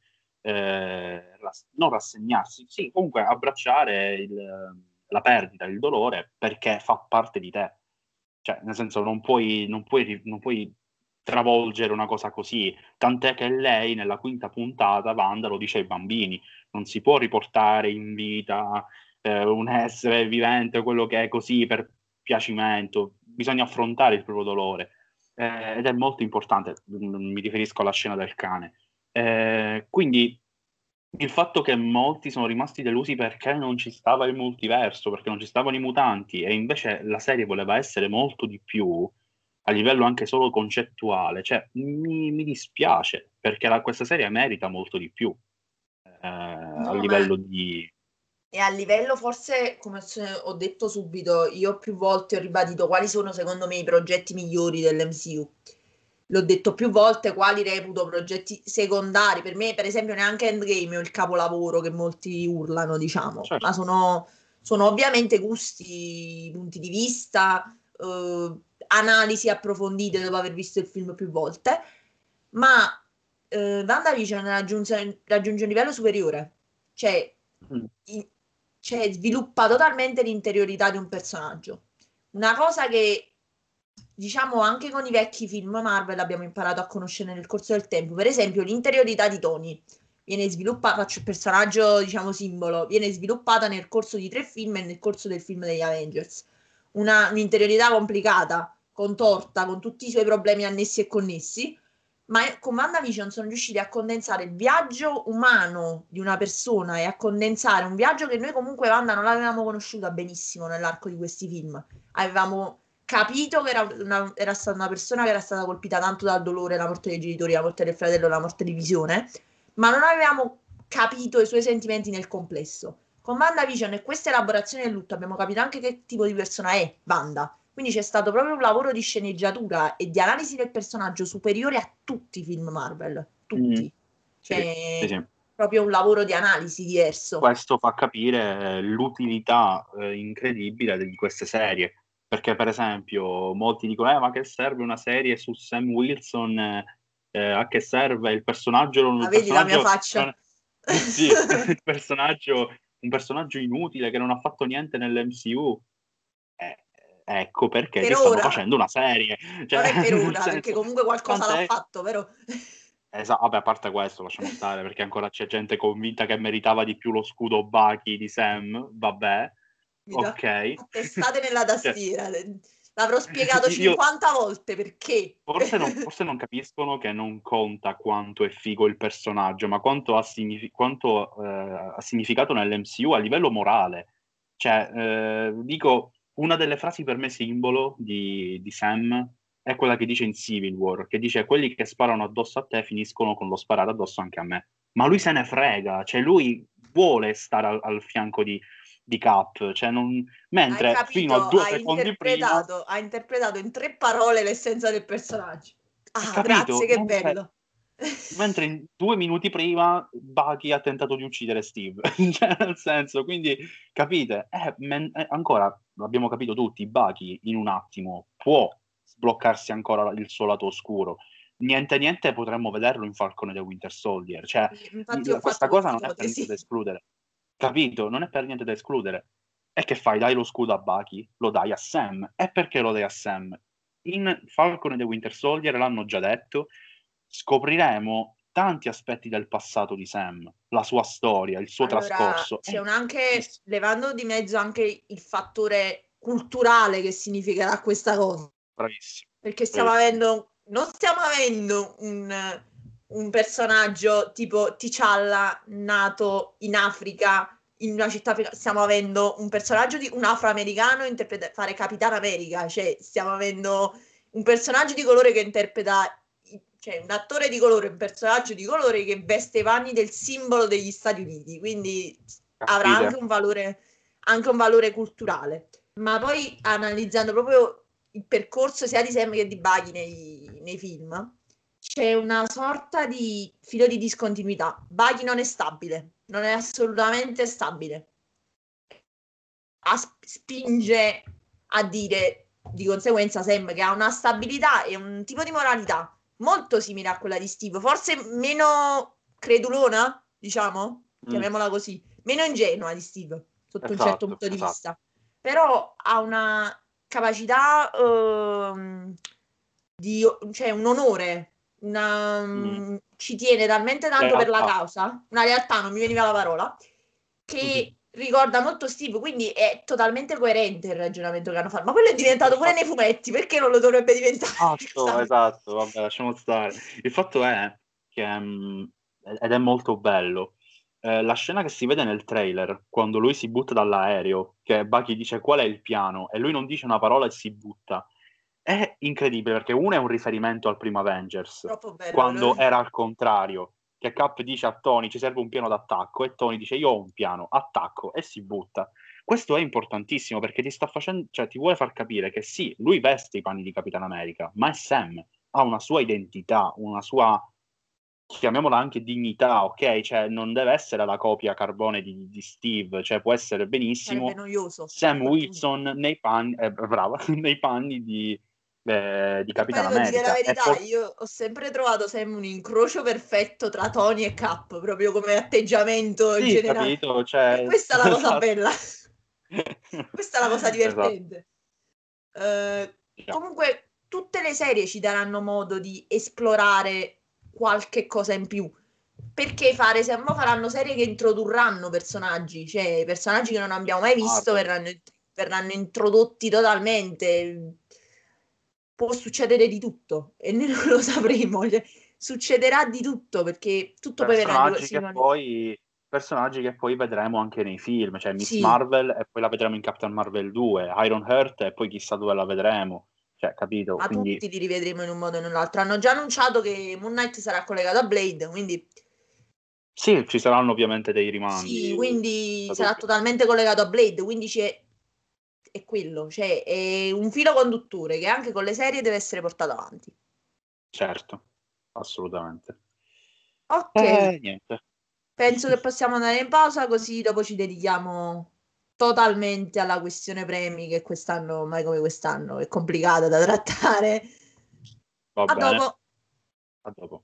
non rassegnarsi, sì, comunque abbracciare la perdita, il dolore, perché fa parte di te. Cioè, nel senso, non puoi travolgere una cosa così. Tant'è che lei, nella quinta puntata, Wanda lo dice ai bambini: non si può riportare in vita un essere vivente, quello che è così per piacimento, bisogna affrontare il proprio dolore. Ed è molto importante, mi riferisco alla scena del cane. Quindi il fatto che molti sono rimasti delusi perché non ci stava il multiverso, perché non ci stavano i mutanti, e invece la serie voleva essere molto di più, a livello anche solo concettuale, cioè mi dispiace, perché questa serie merita molto di più, a no, ma livello di... e a livello forse, come ho detto subito, io più volte ho ribadito quali sono secondo me i progetti migliori dell'MCU. L'ho detto più volte quali reputo progetti secondari. Per me, per esempio, neanche Endgame è il capolavoro che molti urlano, diciamo, Certo. ma sono ovviamente gusti, punti di vista, analisi approfondite dopo aver visto il film più volte, ma WandaVision raggiunge un livello superiore, cioè, Mm. i- cioè sviluppa totalmente l'interiorità di un personaggio. Una cosa che, diciamo, anche con i vecchi film Marvel abbiamo imparato a conoscere nel corso del tempo. Per esempio, l'interiorità di Tony viene sviluppata, faccio il personaggio, diciamo, simbolo, viene sviluppata nel corso di 3 film e nel corso del film degli Avengers. Un'interiorità complicata, contorta, con tutti i suoi problemi annessi e connessi, ma con WandaVision sono riusciti a condensare il viaggio umano di una persona e a condensare un viaggio che noi comunque Wanda non l'avevamo conosciuta benissimo nell'arco di questi film. Avevamo capito che era stata una persona che era stata colpita tanto dal dolore, la morte dei genitori, la morte del fratello, la morte di Visione, ma non avevamo capito i suoi sentimenti nel complesso. Con WandaVision e questa elaborazione del lutto abbiamo capito anche che tipo di persona è Wanda. Quindi c'è stato proprio un lavoro di sceneggiatura e di analisi del personaggio superiore a tutti i film Marvel. Mm. Tutti. Sì, sì, Cioè, sì. proprio un lavoro di analisi diverso. Questo fa capire l'utilità incredibile di queste serie, perché per esempio molti dicono, ma che serve una serie su Sam Wilson, a che serve Ah, il vedi la mia personaggio, faccia? sì, un personaggio inutile che non ha fatto niente nell'MCU. Eh, ecco perché Per ti stanno ora, facendo una serie, non cioè, è per nel ora, perché senso, comunque qualcosa l'ha tant'è... fatto, però Vabbè, a parte questo, lasciamo stare, perché ancora c'è gente convinta che meritava di più lo scudo Bucky di Sam, vabbè, mi dà ok. a testate nella Cioè, tastiera. L'avrò spiegato 50 volte perché. Forse non capiscono che non conta quanto è figo il personaggio, ma quanto ha significato nell'MCU a livello morale. Cioè, dico, una delle frasi per me simbolo di Sam è quella che dice in Civil War, che dice quelli che sparano addosso a te finiscono con lo sparare addosso anche a me. Ma lui se ne frega, cioè lui vuole stare al fianco di Cap, cioè mentre fino a 2 secondi prima ha interpretato in 3 parole l'essenza del personaggio. Ah, capito? grazie, che bello. Mentre in 2 minuti prima Bucky ha tentato di uccidere Steve, cioè nel senso, quindi capite? Ancora, l'abbiamo capito tutti, Bucky in un attimo può sbloccarsi ancora il suo lato oscuro. Niente potremmo vederlo in Falcone the Winter Soldier, cioè Infatti ho questa fatto cosa non è per niente quest'ipotesi. da escludere, capito? Non è per niente da escludere. E che fai? Dai lo scudo a Bucky? Lo dai a Sam. E perché lo dai a Sam? In Falcon e the Winter Soldier, l'hanno già detto, scopriremo tanti aspetti del passato di Sam, la sua storia, il suo trascorso. C'è anche, levando di mezzo anche il fattore culturale che significherà questa cosa. Bravissimo. Perché non stiamo avendo un personaggio tipo T'Challa nato in Africa, in una città africana. Stiamo avendo un personaggio di un afroamericano fare Capitan America, cioè stiamo avendo un personaggio di colore che interpreta, cioè un attore di colore, un personaggio di colore che veste i panni del simbolo degli Stati Uniti, quindi avrà anche un valore culturale. Ma poi analizzando proprio il percorso sia di Sam che di Bucky nei film, c'è una sorta di filo di discontinuità. Bucky non è stabile, non è assolutamente stabile. Spinge a dire di conseguenza Sam che ha una stabilità e un tipo di moralità molto simile a quella di Steve, forse meno credulona, diciamo, chiamiamola così, meno ingenua di Steve sotto un certo punto di vista, però ha una capacità cioè un onore, ci tiene talmente tanto per la causa, una realtà, non mi veniva la parola, che ricorda molto Steve, quindi è totalmente coerente il ragionamento che hanno fatto. Ma quello è diventato pure nei fumetti, perché non lo dovrebbe diventare? Esatto, vabbè, lasciamo stare. Il fatto è che, ed è molto bello, la scena che si vede nel trailer, quando lui si butta dall'aereo, che Bucky dice qual è il piano, e lui non dice una parola e si butta, è incredibile, perché uno è un riferimento al primo Avengers, bello, quando era al contrario, che Cap dice a Tony ci serve un piano d'attacco, e Tony dice io ho un piano, attacco, e si butta. Questo è importantissimo perché ti sta facendo, cioè ti vuole far capire che sì, lui veste i panni di Capitan America, ma è Sam, ha una sua identità, una sua, chiamiamola anche dignità, ok? Cioè non deve essere la copia carbone di Steve, cioè può essere benissimo Sam Wilson nei panni, brava, nei panni di Capitan America. Devo dire la verità, io ho sempre trovato Sam un incrocio perfetto tra Tony e Cap, proprio come atteggiamento in generale. Capito? Cioè, e questa è la cosa bella. Questa è la cosa divertente. Comunque, tutte le serie ci daranno modo di esplorare qualche cosa in più. Perché se no faranno serie che introdurranno personaggi, cioè personaggi che non abbiamo mai visto verranno introdotti totalmente. Può succedere di tutto e noi non lo sapremo. Succederà di tutto perché tutto poi verrà personaggi che poi vedremo anche nei film, cioè Miss Marvel e poi la vedremo in Captain Marvel 2, Iron Heart e poi chissà dove la vedremo, cioè capito? Ma quindi tutti li rivedremo in un modo o nell'altro. Hanno già annunciato che Moon Knight sarà collegato a Blade, quindi sì, ci saranno ovviamente dei rimandi. Sì, quindi sarà totalmente collegato a Blade, quindi è quello, cioè è un filo conduttore che anche con le serie deve essere portato avanti. Certo, assolutamente. Ok, niente. penso che possiamo andare in pausa così dopo ci dedichiamo totalmente alla questione premi che quest'anno, mai come quest'anno, è complicata da trattare. Va bene. Dopo. A dopo.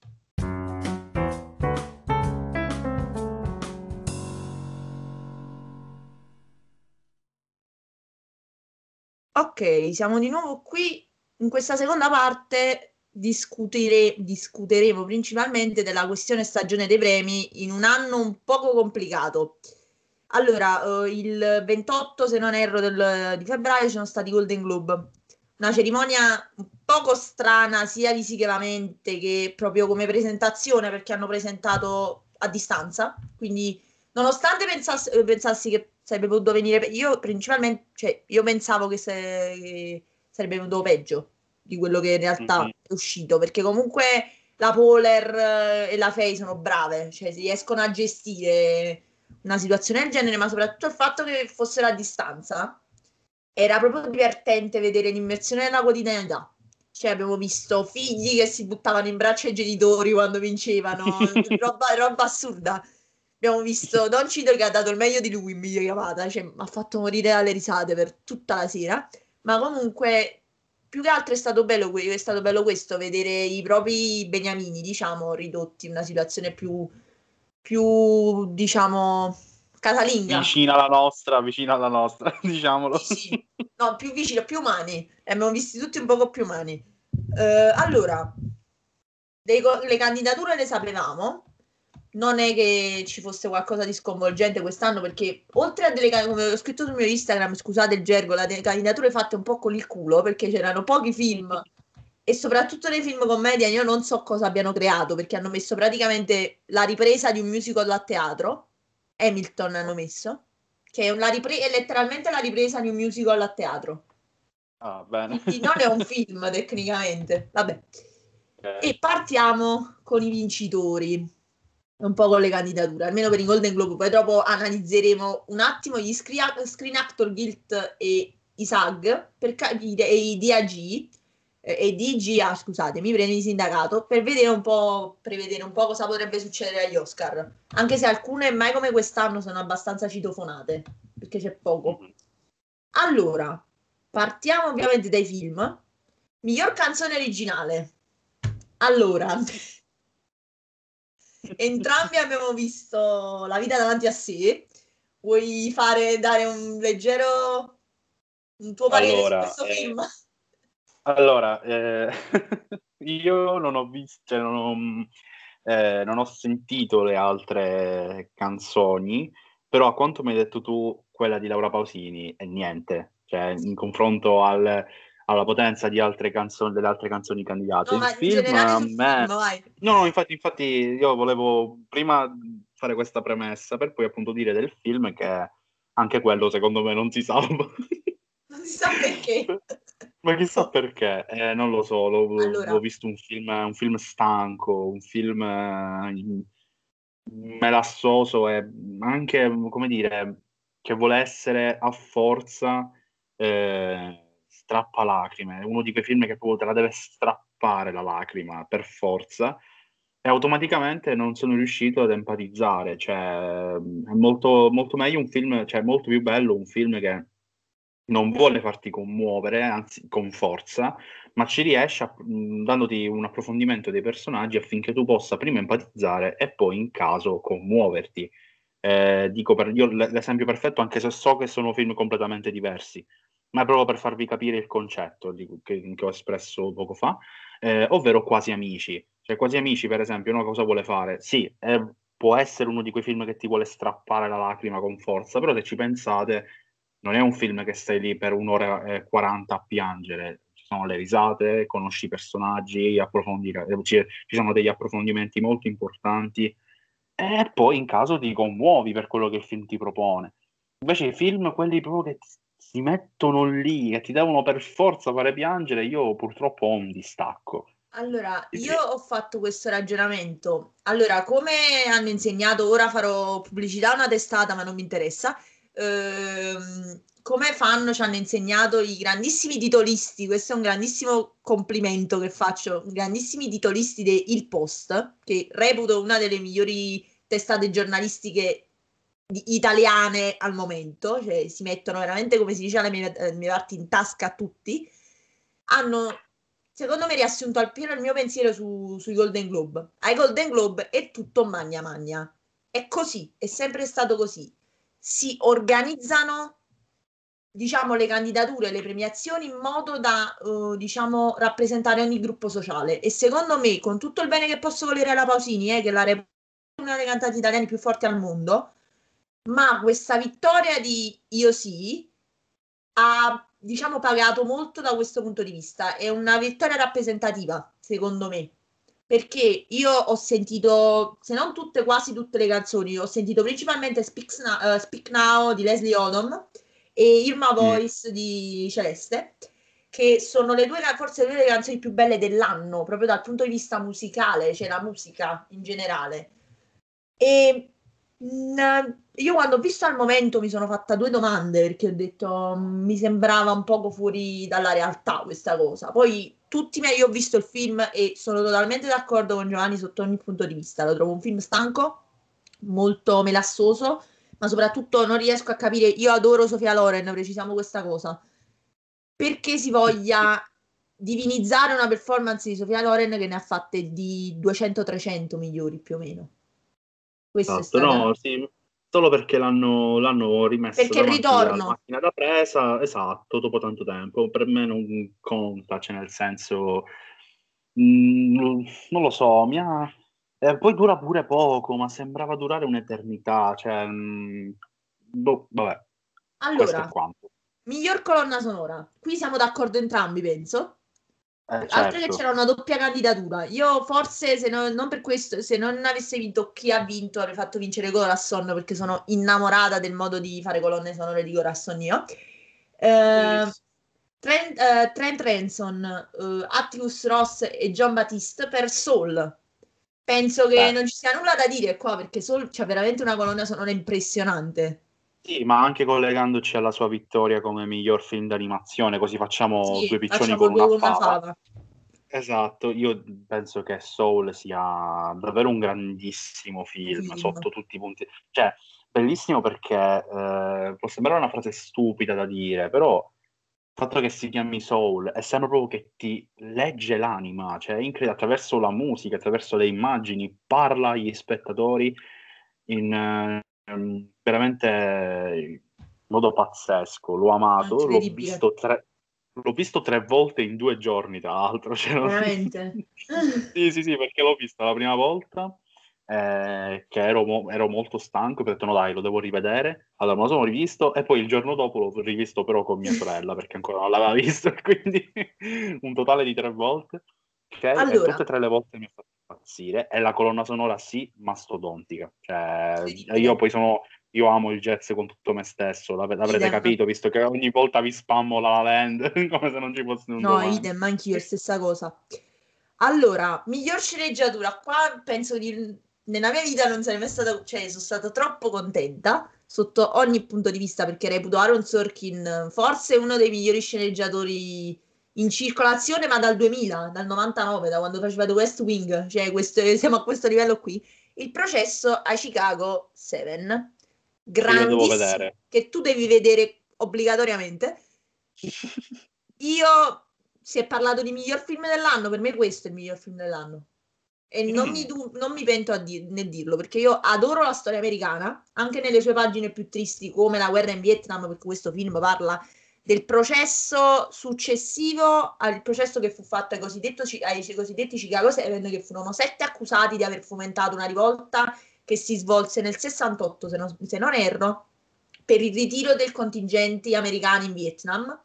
Ok, siamo di nuovo qui. In questa seconda parte discuteremo principalmente della questione stagione dei premi in un anno un poco complicato. Allora, il 28, se non erro, di febbraio ci sono stati i Golden Globe. una cerimonia un poco strana sia visivamente che proprio come presentazione, perché hanno presentato a distanza, quindi nonostante pensassi che sarebbe potuto venire, io principalmente, cioè io pensavo che sarebbe venuto peggio di quello che in realtà Mhm. è uscito, perché comunque la Poler e la Fey sono brave, cioè si riescono a gestire una situazione del genere, ma soprattutto il fatto che fossero a distanza era proprio divertente vedere l'immersione nella quotidianità. Cioè, abbiamo visto figli che si buttavano in braccio ai genitori quando vincevano, roba assurda. Abbiamo visto Don Cito che ha dato il meglio di lui in videochiamata, cioè mi ha fatto morire dalle risate per tutta la sera. Ma comunque, più che altro è stato bello questo, vedere i propri beniamini, diciamo, ridotti in una situazione più diciamo, casalinga. Vicina alla nostra, Sì, diciamolo. sì, no, più vicino, più umani. Li abbiamo visti tutti un poco più umani. Allora, le candidature le sapevamo. Non è che ci fosse qualcosa di sconvolgente quest'anno, perché oltre a come ho scritto sul mio Instagram, scusate il gergo, le candidature fatte un po' con il culo, perché c'erano pochi film e soprattutto nei film commedia io non so cosa abbiano creato, perché hanno messo praticamente la ripresa di un musical a teatro. Hamilton hanno messo, che è, è letteralmente la ripresa di un musical a teatro. Ah, bene. Quindi non è un film tecnicamente. Vabbè. Ok. E partiamo con i vincitori, un po' con le candidature, almeno per i Golden Globe. Poi dopo analizzeremo un attimo gli Screen Actor Guild e i SAG per capire, e i DAG e DGA, scusatemi, premi di sindacato, per vedere un po', prevedere un po' cosa potrebbe succedere agli Oscar. Anche se alcune, mai come quest'anno, sono abbastanza citofonate, perché c'è poco. Mhm. Allora, partiamo ovviamente dai film. Miglior canzone originale. Allora, entrambi abbiamo visto La vita davanti a sé. Vuoi dare un tuo parere su Allora, questo film? allora, io non ho visto, cioè non ho sentito le altre canzoni, però a quanto mi hai detto tu, quella di Laura Pausini è niente, cioè in confronto alla potenza di altre canzoni, delle altre canzoni candidate. No, Il ma in film generale a sul film, me... vai. No, no, infatti io volevo prima fare questa premessa per poi appunto dire del film che anche quello secondo me non si salva. Non si sa perché. Ma chissà perché, non lo so, l'ho Allora, visto un film stanco, un film melassoso e anche, come dire, che vuole essere a forza strappalacrime. È uno di quei film che proprio te la deve strappare la lacrima per forza e automaticamente non sono riuscito ad empatizzare. Cioè, è molto, molto meglio un film, cioè molto più bello un film che non vuole farti commuovere, anzi con forza, ma ci riesce dandoti un approfondimento dei personaggi affinché tu possa prima empatizzare e poi in caso commuoverti. Dico per io l'esempio perfetto, anche se so che sono film completamente diversi, ma è proprio per farvi capire il concetto che ho espresso poco fa, ovvero Quasi Amici. Cioè, Quasi Amici, per esempio, no, cosa vuole fare? Sì, può essere uno di quei film che ti vuole strappare la lacrima con forza, però se ci pensate non è un film che stai lì per un'ora e 40 a piangere, ci sono le risate, conosci i personaggi, ci sono degli approfondimenti molto importanti e poi in caso ti commuovi per quello che il film ti propone. Invece i film, quelli proprio che si mettono lì e ti devono per forza fare piangere, io purtroppo ho un distacco. allora, Sì, io sì. ho fatto questo ragionamento. Allora, come hanno insegnato, ora farò pubblicità a una testata, ma non mi interessa. Come fanno, ci hanno insegnato i grandissimi titolisti, questo è un grandissimo complimento che faccio, i grandissimi titolisti di Il Post, che reputo una delle migliori testate giornalistiche italiane al momento, cioè si mettono veramente, come si dice alle mie parti, in tasca a tutti, hanno, secondo me, riassunto al pieno il mio pensiero sui Golden Globe. Ai Golden Globe è tutto magna magna. È così, è sempre stato così. Si organizzano, diciamo, le candidature, le premiazioni in modo da, diciamo, rappresentare ogni gruppo sociale. E secondo me, con tutto il bene che posso volere alla Pausini, che la reputo una delle cantanti italiane più forti al mondo, ma questa vittoria di Io Sì ha diciamo, pagato molto da questo punto di vista. È una vittoria rappresentativa, secondo me. Perché io ho sentito, se non tutte, quasi tutte le canzoni, ho sentito principalmente Speak Now di Leslie Odom e Irma Voice di Celeste, che sono forse le due canzoni più belle dell'anno, proprio dal punto di vista musicale, cioè la musica in generale. E io quando ho visto al momento mi sono fatta due domande perché ho detto mi sembrava un poco fuori dalla realtà questa cosa. Poi io ho visto il film e sono totalmente d'accordo con Giovanni sotto ogni punto di vista. Lo trovo un film stanco, molto melassoso, ma soprattutto non riesco a capire. Io adoro Sofia Loren, precisiamo questa cosa. Perché si voglia divinizzare una performance di Sofia Loren che ne ha fatte di 200-300 migliori più o meno. Questo è Esatto, stato. no, sì, solo perché l'hanno rimessa Perché il davanti alla ritorno. macchina da presa, esatto, dopo tanto tempo. Per me non conta, cioè nel senso, non lo so, poi dura pure poco, ma sembrava durare un'eternità, cioè, boh, vabbè, questo è Allora, quanto. miglior colonna sonora. Qui siamo d'accordo entrambi, penso. Altro che Certo. c'era una doppia candidatura. Io forse, se non per questo, se non avesse vinto chi ha vinto, avrei fatto vincere Gorasson perché sono innamorata del modo di fare colonne sonore di Gorasson io. Eh, Bellissimo. Trent Renson, Atticus Ross e John Batiste per Soul. Penso che Beh, non ci sia nulla da dire qua perché Soul c'è veramente una colonna sonora impressionante. sì, ma anche collegandoci alla sua vittoria come miglior film d'animazione, così facciamo Sì, due piccioni facciamo con due una con una fava. fava. Esatto, io penso che Soul sia davvero un grandissimo film Film. sotto tutti i punti. Cioè, bellissimo perché può sembrare una frase stupida da dire, però il fatto che si chiami Soul e sembra proprio che ti legge l'anima, cioè è incredibile, attraverso la musica, attraverso le immagini, parla agli spettatori in veramente in modo pazzesco. L'ho amato, Incredibile. l'ho visto 3 volte in 2 giorni, tra l'altro. Cioè, Veramente. sì, sì, sì, perché l'ho visto la prima volta, che ero molto stanco, ho detto no dai, lo devo rivedere. Allora me lo sono rivisto e poi il giorno dopo l'ho rivisto però con mia sorella, perché ancora non l'aveva visto, quindi un totale di 3 volte. Ok, e Allora, tutte e tre le volte mi ha fatto impazzire. E la colonna sonora sì, mastodontica. Cioè, incredibile. io amo il jazz con tutto me stesso, l'avrete Idem. capito, visto che ogni volta vi spammo La La Land, come se non ci fosse un No, domani. idem, anch'io, stessa cosa. Allora, miglior sceneggiatura. Qua penso di. Nella mia vita non sarei mai stata. Cioè, sono stata troppo contenta sotto ogni punto di vista perché reputo Aaron Sorkin forse uno dei migliori sceneggiatori in circolazione, ma dal 2000, dal 99, da quando faceva The West Wing. Cioè, siamo a questo livello qui. Il processo a Chicago 7, Che io devo grandissimo, vedere. che tu devi vedere obbligatoriamente. Io, si è parlato di miglior film dell'anno, per me questo è il miglior film dell'anno. E Mm. non mi pento nel dirlo, perché io adoro la storia americana, anche nelle sue pagine più tristi, come la guerra in Vietnam, perché questo film parla del processo successivo al processo che fu fatto ai cosiddetti Chicago 7, che furono 7 accusati di aver fomentato una rivolta che si svolse nel 68, se non erro, per il ritiro dei contingenti americani in Vietnam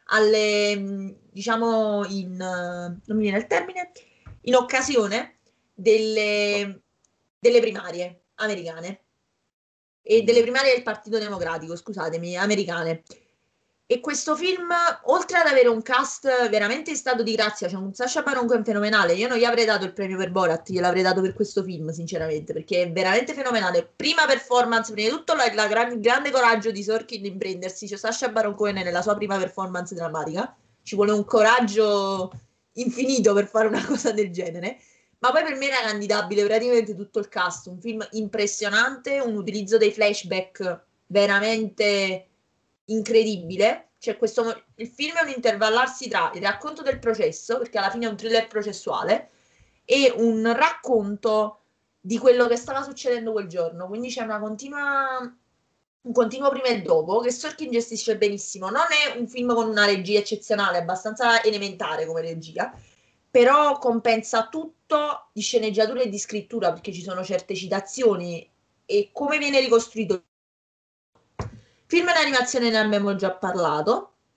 diciamo, non mi viene il termine, in occasione delle primarie americane e delle Mm. primarie del Partito Democratico, scusatemi, americane. E questo film, oltre ad avere un cast veramente in stato di grazia, c'è un Sacha Baron Cohen fenomenale. Io non gli avrei dato il premio per Borat, gliel'avrei dato per questo film, sinceramente, perché è veramente fenomenale. Prima performance, prima di tutto il grande coraggio di Sorkin di imprendersi, cioè Sacha Baron Cohen nella sua prima performance drammatica. Ci vuole un coraggio infinito per fare una cosa del genere. Ma poi per me era candidabile praticamente tutto il cast, un film impressionante, un utilizzo dei flashback veramente incredibile. Il film è un intervallarsi tra il racconto del processo, perché alla fine è un thriller processuale, e un racconto di quello che stava succedendo quel giorno. Quindi c'è un continuo prima e dopo che Sorkin gestisce benissimo. Non è un film con una regia eccezionale, è abbastanza elementare come regia, però compensa tutto di sceneggiatura e di scrittura perché ci sono certe citazioni e come viene ricostruito. Film d'animazione ne abbiamo già parlato.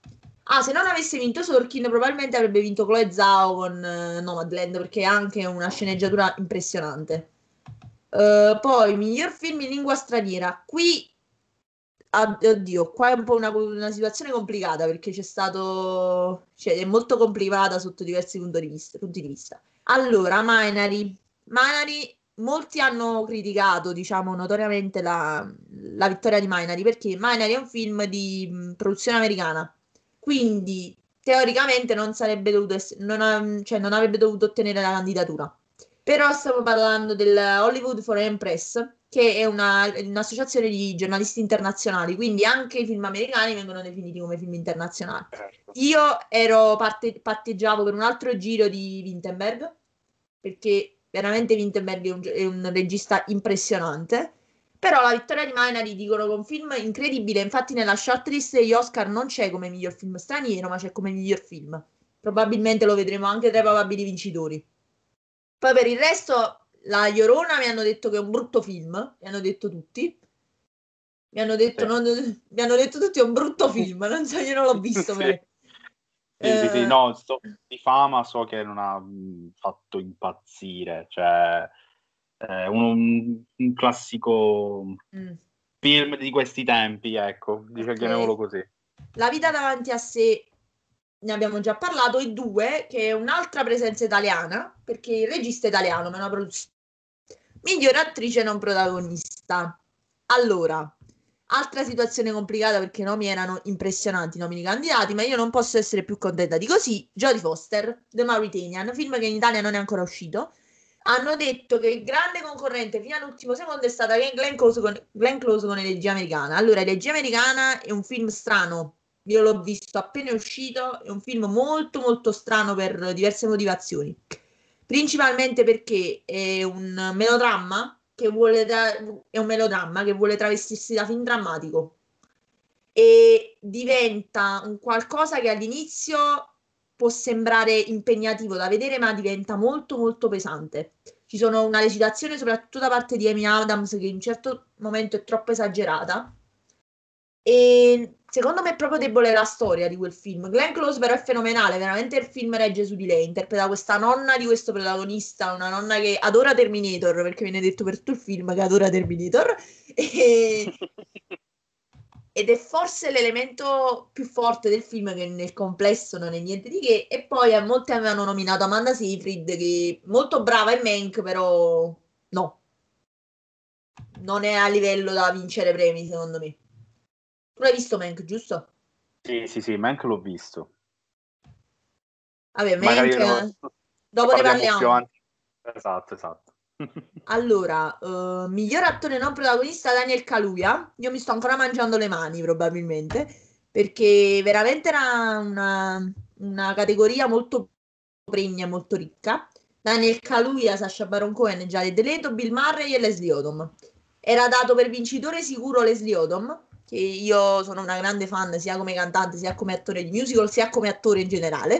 Se non avesse vinto Sorkin, probabilmente avrebbe vinto Chloe Zhao con Nomadland, perché è anche una sceneggiatura impressionante. Poi, miglior film in lingua straniera. Qui, oddio, qua è un po' una situazione complicata, perché c'è stato... Cioè, è molto complicata sotto diversi punti di vista. Allora, Minari, molti hanno criticato, diciamo, notoriamente la vittoria di Minari, perché Minari è un film di produzione americana, quindi teoricamente non sarebbe dovuto cioè, non avrebbe dovuto ottenere la candidatura. Però stiamo parlando del Hollywood Foreign Press, che è un'associazione di giornalisti internazionali, quindi anche i film americani vengono definiti come film internazionali. Certo. Io patteggiavo per un altro giro di Winterberg, perché veramente Winterberg è un regista impressionante. Però la vittoria di Minari dicono che è un film incredibile, infatti nella shortlist degli Oscar non c'è come miglior film straniero, ma c'è come miglior film. Probabilmente lo vedremo anche tra i probabili vincitori. Poi per il resto, la Llorona mi hanno detto che è un brutto film, mi hanno detto tutti. Mi hanno detto, Sì. mi hanno detto tutti è un brutto film, non so, io non l'ho visto. Sì. Sì, Eh, no, di fama so che non ha fatto impazzire, cioè un classico mm, film di questi tempi, ecco, chiamiamolo ok. così. La vita davanti a sé ne abbiamo già parlato, e due, che è un'altra presenza italiana, perché il regista è italiano, ma è una produzione. Miglior attrice non protagonista. Allora, altra situazione complicata perché i nomi erano impressionanti, i nomi di candidati, ma io non posso essere più contenta di così. Jodie Foster, The Mauritanian, film che in Italia non è ancora uscito. Hanno detto che il grande concorrente fino all'ultimo secondo è stata Glenn Close con Elegia Americana. Allora, Elegia Americana è un film strano. Io l'ho visto appena uscito, è un film molto molto strano per diverse motivazioni. Principalmente perché è un melodramma è un melodramma che vuole travestirsi da film drammatico e diventa un qualcosa che all'inizio può sembrare impegnativo da vedere, ma diventa molto molto pesante. Ci sono una recitazione, soprattutto da parte di Amy Adams, che in un certo momento è troppo esagerata. E secondo me è proprio debole la storia di quel film. Glenn Close però è fenomenale, veramente il film regge su di lei. Interpreta questa nonna di questo protagonista, una nonna che adora Terminator, perché viene detto per tutto il film che adora Terminator. E ed è forse l'elemento più forte del film, che nel complesso non è niente di che. E poi a molti avevano nominato Amanda Seyfried, che è molto brava in Mank, però no, non è a livello da vincere premi, secondo me. Tu l'hai visto Mank, giusto? Sì, ma anche l'ho visto. Vabbè, Magari Mank, ne dopo ne parliamo più parliamo. avanti. Esatto. Allora, miglior attore non protagonista Daniel Kaluuya. Io mi sto ancora mangiando le mani, probabilmente, perché veramente era una categoria molto pregna, molto ricca. Daniel Kaluuya, Sacha Baron Cohen, Jared Leto, Bill Murray e Leslie Odom. Era dato per vincitore sicuro Leslie Odom, che io sono una grande fan sia come cantante, sia come attore di musical, sia come attore in generale.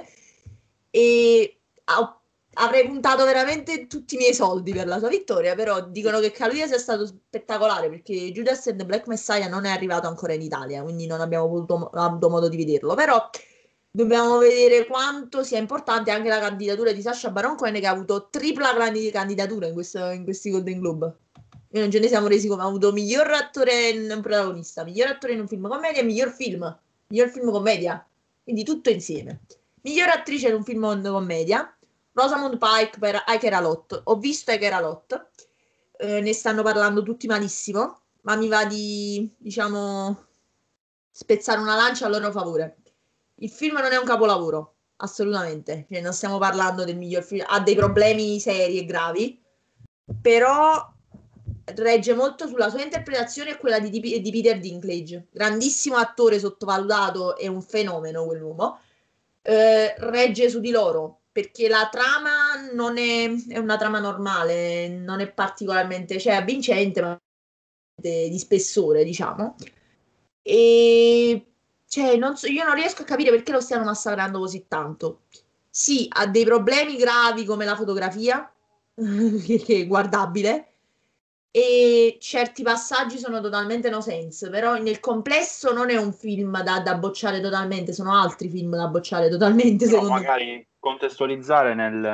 E avrei puntato veramente tutti i miei soldi per la sua vittoria, però dicono che Kaluuya sia stato spettacolare, perché Judas and the Black Messiah non è arrivato ancora in Italia, quindi non abbiamo avuto modo di vederlo. Però dobbiamo vedere quanto sia importante anche la candidatura di Sacha Baron Cohen, che ha avuto tripla candidatura in questi Golden Globe. Noi non ce ne siamo resi conto. Ha avuto miglior attore in protagonista, miglior attore in un film commedia e miglior film commedia. Quindi tutto insieme. Miglior attrice in un film commedia, Rosamund Pike per I Care A Lot. Ho visto I Care A Lot, ne stanno parlando tutti malissimo, ma mi va di, diciamo, spezzare una lancia a loro favore. Il film non è un capolavoro, assolutamente. Cioè, non stiamo parlando del miglior film, ha dei problemi seri e gravi, però regge molto sulla sua interpretazione e quella di Peter Dinklage, grandissimo attore sottovalutato e un fenomeno quell'uomo. Regge su di loro perché la trama non è una trama normale, non è particolarmente, cioè avvincente, ma di spessore, diciamo. E cioè, io non riesco a capire perché lo stiano massacrando così tanto. Sì, ha dei problemi gravi come la fotografia, che è guardabile, e certi passaggi sono totalmente no sense, però nel complesso non è un film da bocciare totalmente, sono altri film da bocciare totalmente, Però secondo me. magari contestualizzare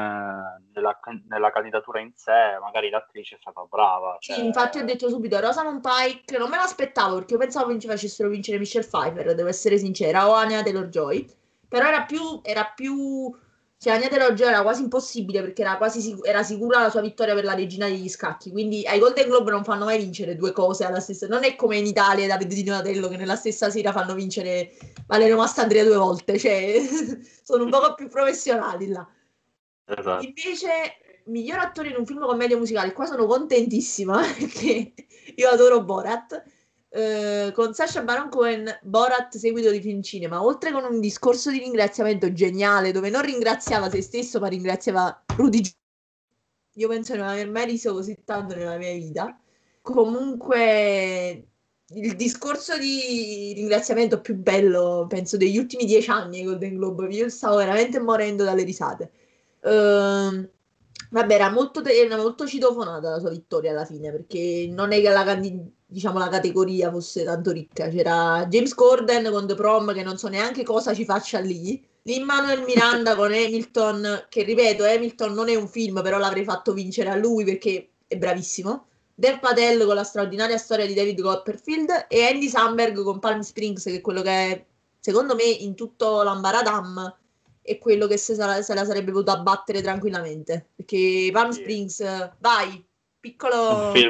nella candidatura in sé, magari l'attrice è stata brava, cioè... Sì, infatti ho detto subito Rosamund Pike, non me l'aspettavo perché io pensavo che ci facessero vincere Michelle Pfeiffer, devo essere sincera, o Anya Taylor-Joy, però cioè Anya Taylor-Joy era quasi impossibile perché era quasi era sicura la sua vittoria per la regina degli scacchi, quindi ai Golden Globe non fanno mai vincere due cose alla stessa, non è come in Italia Davide Di Donatello che nella stessa sera fanno vincere Valerio Mastandrea due volte, cioè sono un poco più professionali là. Esatto. Invece, miglior attore in un film commedia musicale, qua sono contentissima perché io adoro Borat. Con Sacha Baron Cohen, Borat seguito di film cinema, oltre con un discorso di ringraziamento geniale dove non ringraziava se stesso ma ringraziava Rudy Giuliani. Io penso di non aver mai riso così tanto nella mia vita. Comunque, il discorso di ringraziamento più bello, penso, degli ultimi 10 anni ai Golden Globe. Io stavo veramente morendo dalle risate. Ehm, Vabbè, era molto citofonata la sua vittoria alla fine, perché non è che diciamo, la categoria fosse tanto ricca. C'era James Corden con The Prom, che non so neanche cosa ci faccia lì. Lin-Manuel Miranda con Hamilton, che ripeto, Hamilton non è un film, però l'avrei fatto vincere a lui perché è bravissimo. Dev Patel con la straordinaria storia di David Copperfield e Andy Samberg con Palm Springs, che è quello che è, secondo me, in tutto l'Ambaradam è quello che se la sarebbe potuta battere tranquillamente. Perché Palm Sì. Springs, vai, È un piccolo,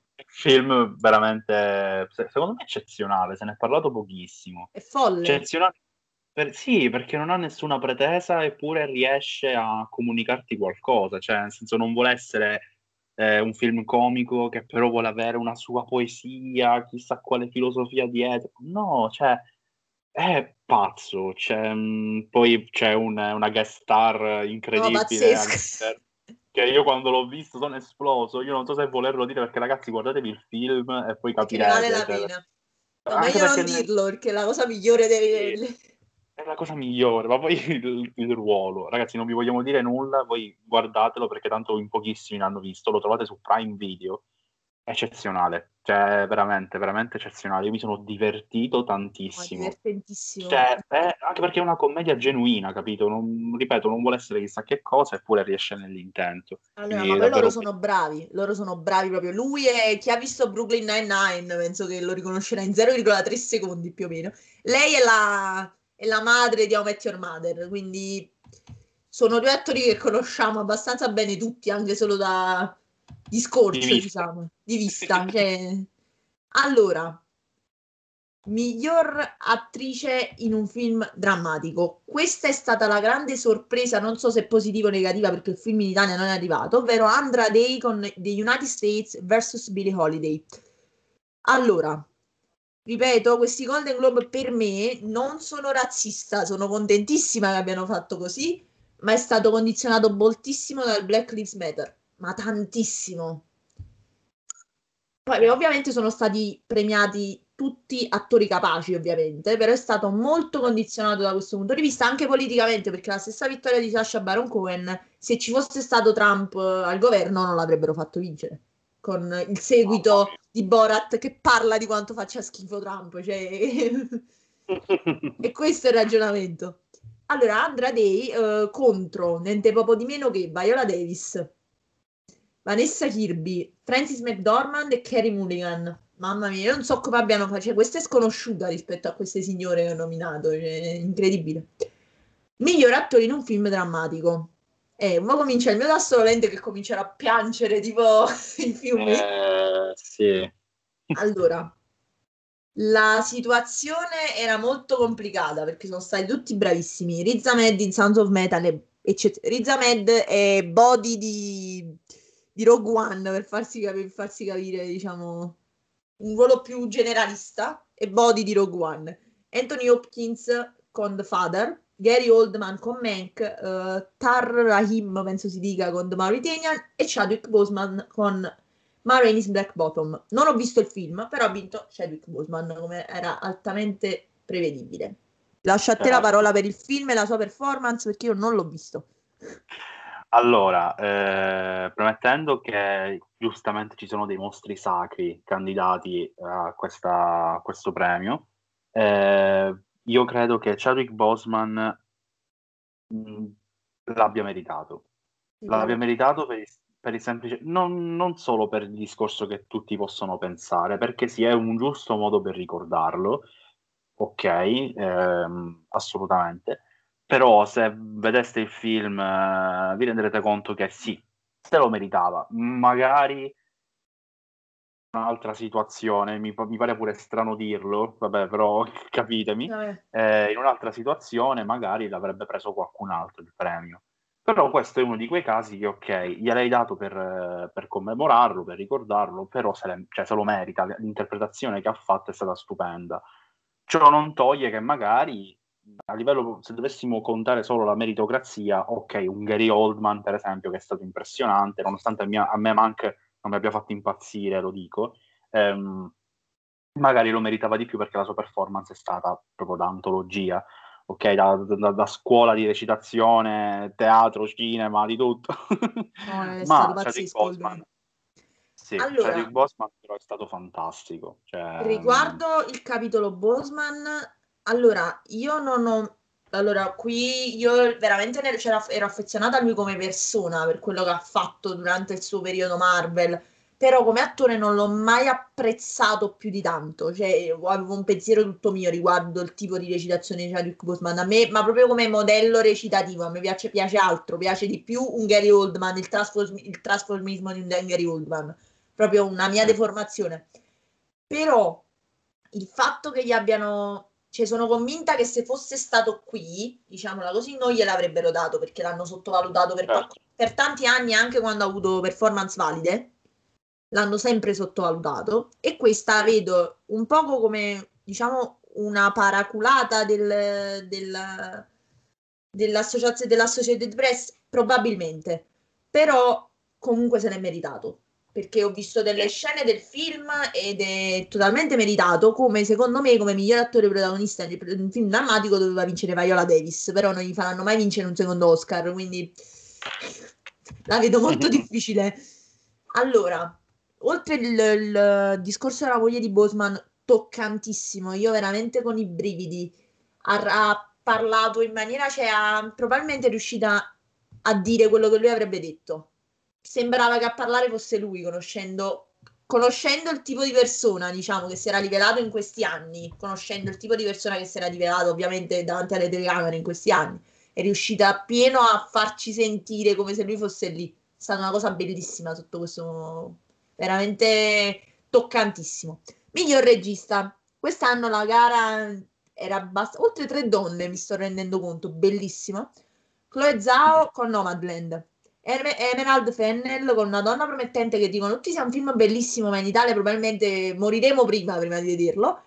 film veramente, secondo me, eccezionale, se ne è parlato pochissimo. è folle. Eccezionale, sì, perché non ha nessuna pretesa eppure riesce a comunicarti qualcosa, cioè nel senso non vuole essere un film comico che però vuole avere una sua poesia, chissà quale filosofia dietro. No, cioè è pazzo, poi c'è una guest star No, incredibile pazzesco. all'interno, che io quando l'ho visto sono esploso. Io non so se volerlo dire perché ragazzi guardatevi il film e poi Perché ne vale capirete. la Cioè, pena. No, anche meglio perché non dirlo, perché è la cosa migliore sì, delle... è la cosa migliore, ma poi il ruolo. Ragazzi, non vi vogliamo dire nulla, voi guardatelo perché tanto in pochissimi l'hanno visto, lo trovate su Prime Video. Eccezionale, cioè veramente, veramente eccezionale. Io mi sono divertito No, è tantissimo. divertentissimo. Cioè, anche perché è una commedia genuina, capito? Ripeto, non vuole essere chissà che cosa, eppure riesce nell'intento. Allora, ma Quindi poi davvero loro sono bravi proprio. Lui e chi ha visto Brooklyn Nine-Nine, penso che lo riconoscerà in 0,3 secondi più o meno. Lei è la madre di How I Met Your Mother, quindi sono due attori che conosciamo abbastanza bene tutti, anche solo di di scorcio, vista. diciamo, di vista. Cioè... Allora, miglior attrice in un film drammatico. Questa è stata la grande sorpresa, non so se positiva o negativa perché il film in Italia non è arrivato, ovvero Andra Day con The United States vs. Billie Holiday. Allora, ripeto, questi Golden Globe per me non sono razzista, sono contentissima che abbiano fatto così, ma è stato condizionato moltissimo dal Black Lives Matter, ma tantissimo. Poi Sì. ovviamente sono stati premiati tutti attori capaci, ovviamente, però è stato molto condizionato da questo punto di vista, anche politicamente, perché la stessa vittoria di Sacha Baron Cohen, se ci fosse stato Trump al governo, non l'avrebbero fatto vincere. Con il Mamma seguito di Borat che parla di quanto faccia schifo Trump, cioè... mia. E questo è il ragionamento. Allora, Andra Day contro niente poco di meno che Viola Davis, Vanessa Kirby, Frances McDormand e Carey Mulligan. Mamma mia, io non so come abbiano fatto. Cioè, questa è sconosciuta rispetto a queste signore che ho nominato. Cioè, è incredibile. Miglior attore in un film drammatico. Ora comincia il mio tasto dolente che comincerà a piangere tipo i fiumi. Sì. Allora, la situazione era molto complicata perché sono stati tutti bravissimi. Riz Ahmed in Sounds of Metal, Riz Ahmed è body di Rogue One per farsi capire, diciamo, un ruolo più generalista e body di Rogue One. Anthony Hopkins con The Father, Gary Oldman con Mank, Tar Rahim, penso si dica, con The Mauritanian e Chadwick Boseman con Ma Rainey's Black Bottom. Non ho visto il film, però ha vinto Chadwick Boseman, come era altamente prevedibile. Lascio a te la Certo. parola per il film e la sua performance, perché io non l'ho visto. Allora, premettendo che giustamente ci sono dei mostri sacri candidati a questo premio, io credo che Chadwick Boseman mh, l'abbia meritato. L'abbia meritato per il semplice, non solo per il discorso che tutti possono pensare, perché sì, è un giusto modo per ricordarlo, ok, assolutamente, però se vedeste il film vi renderete conto che sì, se lo meritava, magari un'altra situazione, mi pare pure strano dirlo, vabbè, però capitemi, Vabbè. in un'altra situazione magari l'avrebbe preso qualcun altro il premio. Però questo è uno di quei casi che, ok, gliel'hai dato per commemorarlo, per ricordarlo, però se lo merita, l'interpretazione che ha fatto è stata stupenda. Ciò non toglie che magari, a livello, se dovessimo contare solo la meritocrazia, ok, un Gary Oldman, per esempio, che è stato impressionante, nonostante a me Mank non mi abbia fatto impazzire, lo dico, magari lo meritava di più perché la sua performance è stata proprio da antologia, ok, da scuola di recitazione, teatro, cinema, di tutto. No, è stato Ma Chadwick pazzesco lui. Boseman, sì, Allora, Chadwick Boseman però è stato fantastico. Cioè, riguardo il capitolo Boseman, allora io non ho. Allora, qui io veramente ero affezionata a lui come persona per quello che ha fatto durante il suo periodo Marvel, però come attore non l'ho mai apprezzato più di tanto, cioè avevo un pensiero tutto mio riguardo il tipo di recitazione di Chadwick Boseman, a me, ma proprio come modello recitativo, a me piace altro, piace di più un Gary Oldman, il trasformismo di un Gary Oldman, proprio una mia mm, deformazione. Però il fatto che gli abbiano, cioè sono convinta che se fosse stato qui, diciamola così, non gliel'avrebbero dato perché l'hanno sottovalutato certo. per tanti anni, anche quando ha avuto performance valide, l'hanno sempre sottovalutato e questa Sì. vedo un poco come, diciamo, una paraculata dell'Associated Press, probabilmente, però comunque se l'è meritato perché ho visto delle Sì. scene del film ed è totalmente meritato, come secondo me come miglior attore protagonista in un film drammatico doveva vincere Viola Davis, però non gli faranno mai vincere un secondo Oscar, quindi la vedo molto difficile. Allora, oltre il discorso della moglie di Boseman, toccantissimo, io veramente con i brividi, ha parlato in maniera, cioè probabilmente è riuscita a dire quello che lui avrebbe detto. Sembrava che a parlare fosse lui, conoscendo il tipo di persona, diciamo, che si era rivelato in questi anni, conoscendo il tipo di persona che si era rivelato ovviamente davanti alle telecamere in questi anni, è riuscita appieno a farci sentire come se lui fosse lì. È stata una cosa bellissima sotto questo, veramente toccantissimo. Miglior regista. Quest'anno la gara era oltre 3 donne, mi sto rendendo conto, bellissima. Chloe Zhao con Nomadland. Emerald Fennel con Una donna promettente che dicono tutti sia un film bellissimo, ma in Italia probabilmente moriremo prima di vederlo.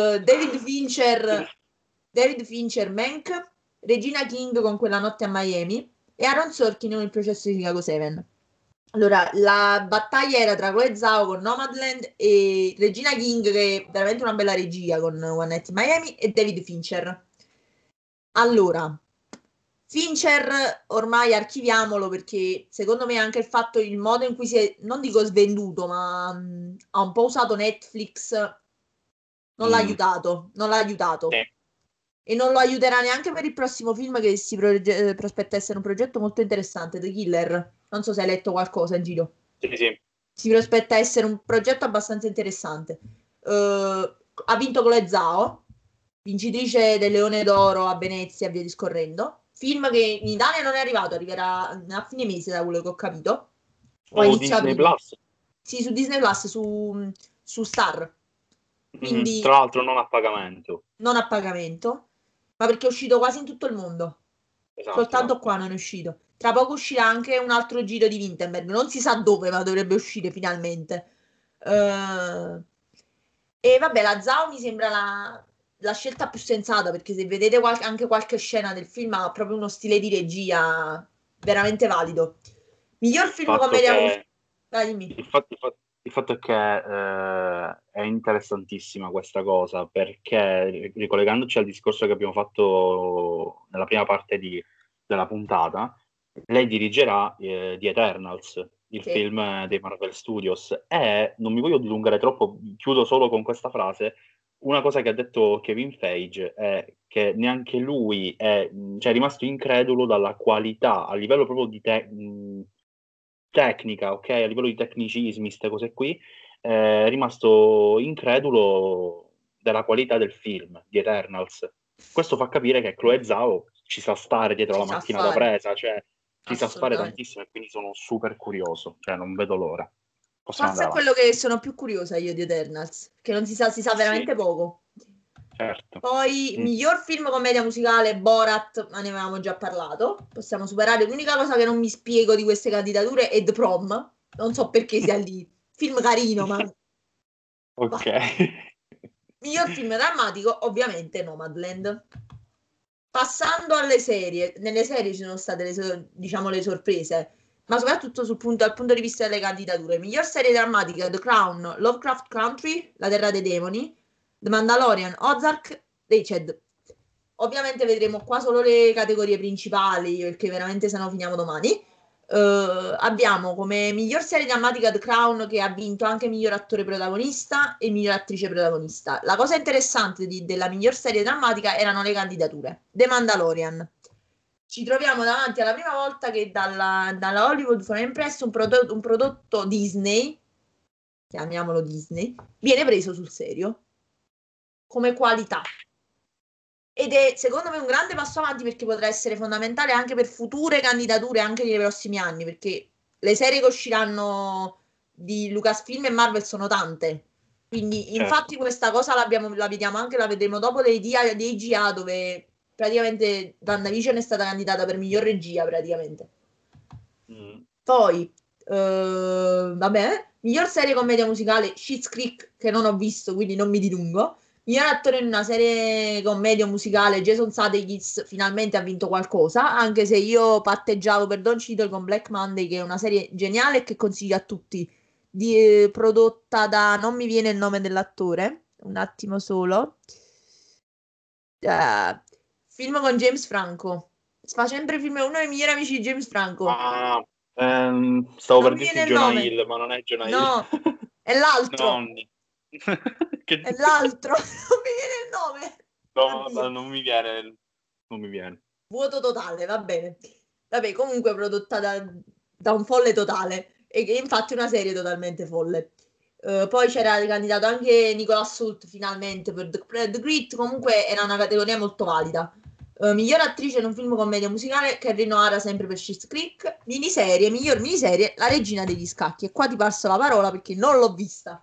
David Fincher, Mank, Regina King con Quella notte a Miami e Aaron Sorkin con Il processo di Chicago 7. Allora, la battaglia era tra Chloe Zhao con Nomadland e Regina King, che è veramente una bella regia con One Night in Miami, e David Fincher. Allora, Fincher ormai archiviamolo perché secondo me anche il fatto, il modo in cui si è, non dico svenduto, ma ha un po' usato Netflix, non l'ha Mm, aiutato, non l'ha aiutato. sì, E non lo aiuterà neanche per il prossimo film che prospetta essere un progetto molto interessante, The Killer. Non so se hai letto qualcosa in giro. sì, sì. Si prospetta essere un progetto abbastanza interessante. Ha vinto Chloe Zhao, vincitrice del Leone d'Oro a Venezia e via discorrendo. Film che in Italia non è arrivato, arriverà a fine mese da quello che ho capito, o a Su inizio Disney aprile. Plus. Sì, su Disney Plus, su Star. Tra Quindi l'altro non a pagamento. non a pagamento, ma perché è uscito quasi in tutto il mondo. Esatto, Soltanto esatto. qua non è uscito. Tra poco uscirà anche un altro giro di Winterberg, non si sa dove, ma dovrebbe uscire finalmente. Eh, E vabbè, la Zao mi sembra la scelta più sensata, perché se vedete anche qualche scena del film ha proprio uno stile di regia veramente valido. Miglior Il film fatto commedia. che Dai, dimmi. il fatto è che è interessantissima questa cosa perché, ricollegandoci al discorso che abbiamo fatto nella prima parte della puntata, lei dirigerà The Eternals, il Sì. film dei Marvel Studios, e non mi voglio dilungare troppo, chiudo solo con questa frase. Una cosa che ha detto Kevin Feige è che neanche lui cioè, è rimasto incredulo dalla qualità, a livello proprio di tecnica, ok? A livello di tecnicismi, queste cose qui, è rimasto incredulo della qualità del film, di Eternals. Questo fa capire che Chloe Zhao ci sa stare dietro la Ci sa macchina da fare, presa, cioè ci sa fare assolutamente. tantissimo e quindi sono super curioso, cioè non vedo l'ora. Possiamo Forse è andare quello avanti. che sono più curiosa io di Eternals, che non si sa Sì, veramente poco. certo. Poi, Mm. miglior film commedia musicale, Borat, ma ne avevamo già parlato. Possiamo superare. L'unica cosa che non mi spiego di queste candidature è The Prom. Non so perché sia lì. Film carino, ma... Ok. va. Miglior film drammatico, ovviamente Nomadland. Passando alle serie, nelle serie ci sono state diciamo le sorprese, ma soprattutto dal punto di vista delle candidature. Miglior serie drammatica: The Crown, Lovecraft Country, La Terra dei Demoni, The Mandalorian, Ozark, Reiched. Ovviamente vedremo qua solo le categorie principali, perché veramente se no finiamo domani. Abbiamo come miglior serie drammatica The Crown, che ha vinto anche miglior attore protagonista e miglior attrice protagonista. La cosa interessante della miglior serie drammatica erano le candidature. The Mandalorian. Ci troviamo davanti alla prima volta che dalla Hollywood Foreign Press un prodotto Disney, chiamiamolo Disney, viene preso sul serio come qualità. Ed è secondo me un grande passo avanti, perché potrà essere fondamentale anche per future candidature anche nei prossimi anni, perché le serie che usciranno di Lucasfilm e Marvel sono tante. Quindi infatti Certo. questa cosa la vediamo anche, la vedremo dopo dei GA, dove praticamente WandaVision è stata candidata per miglior regia praticamente. Mm. Poi, vabbè, miglior serie commedia musicale, Schitt's Creek, che non ho visto, quindi non mi dilungo. Miglior attore in una serie commedia musicale, Jason Sudeikis finalmente ha vinto qualcosa, anche se io patteggiavo per Don Cheadle con Black Monday, che è una serie geniale e che consiglio a tutti, prodotta da... non mi viene il nome dell'attore, un attimo solo. Eh, film con James Franco. Fa sempre film, è uno dei migliori amici di James Franco. Ah, stavo Non per mi viene dirti il Jonah nome. Hill, ma non è Jonah Hill. No, è l'altro. No, È l'altro. Non mi viene il nome. no, Oddio. non mi viene, non mi viene. Vuoto totale, va bene. Vabbè, comunque prodotta da un folle totale. E che infatti è una serie totalmente folle. Poi c'era candidato anche Nicolas Hoult finalmente per The Grit. Comunque era una categoria molto valida. Miglior attrice in un film commedia musicale, Kerry O'Hara sempre per Schitt's Creek. Miniserie, miglior miniserie, La Regina degli Scacchi. E qua ti passo la parola perché non l'ho vista.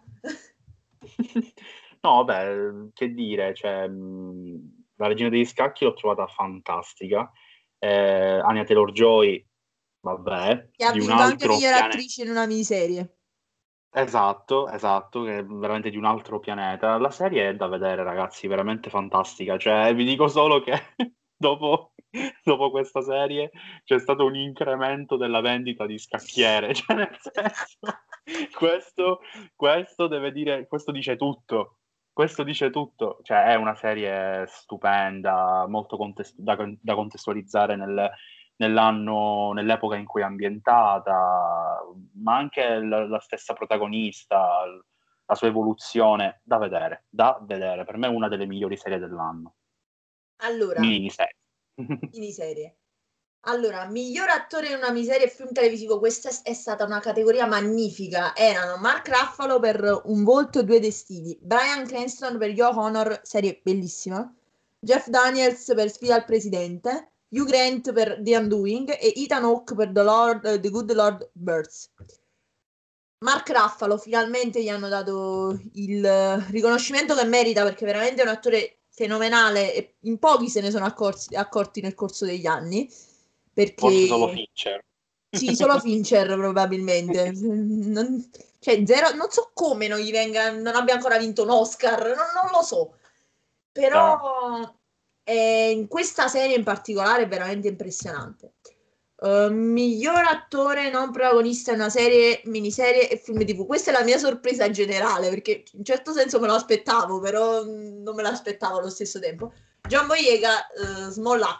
No, vabbè, che dire, cioè, la Regina degli Scacchi l'ho trovata fantastica. Anya Taylor-Joy, vabbè, Che ha di un vinto anche altro miglior pianeta. attrice in una miniserie. Esatto, esatto, che è veramente di un altro pianeta. La serie è da vedere, ragazzi, veramente fantastica. Cioè, vi dico solo che dopo, dopo questa serie c'è stato un incremento della vendita di scacchiere. Cioè, nel senso, questo, questo deve dire, questo dice tutto. Questo dice tutto. Cioè, è una serie stupenda, molto da contestualizzare nell'epoca in cui è ambientata, ma anche la stessa protagonista, la sua evoluzione, da vedere. Per me è una delle migliori serie dell'anno. Allora, Miniserie. miniserie. Allora, miglior attore in una miniserie e film televisivo, questa è stata una categoria magnifica. Erano Mark Ruffalo per Un volto e due destini, Bryan Cranston per Your Honor, serie bellissima, Jeff Daniels per Sfida al Presidente, Hugh Grant per The Undoing e Ethan Hawke per The Good Lord Birds. Mark Ruffalo finalmente gli hanno dato il riconoscimento che merita, perché veramente è un attore fenomenale e in pochi se ne sono accorti nel corso degli anni, Forse solo perché Fincher. sì, solo Fincher probabilmente. Cioè, zero, non so come non gli venga, non abbia ancora vinto un Oscar, non lo so. Però in questa serie in particolare è veramente impressionante. Miglior attore non protagonista in una serie, miniserie e film TV. Questa è la mia sorpresa generale, perché in certo senso me lo aspettavo, però non me l'aspettavo allo stesso tempo. John Boyega, Small Axe.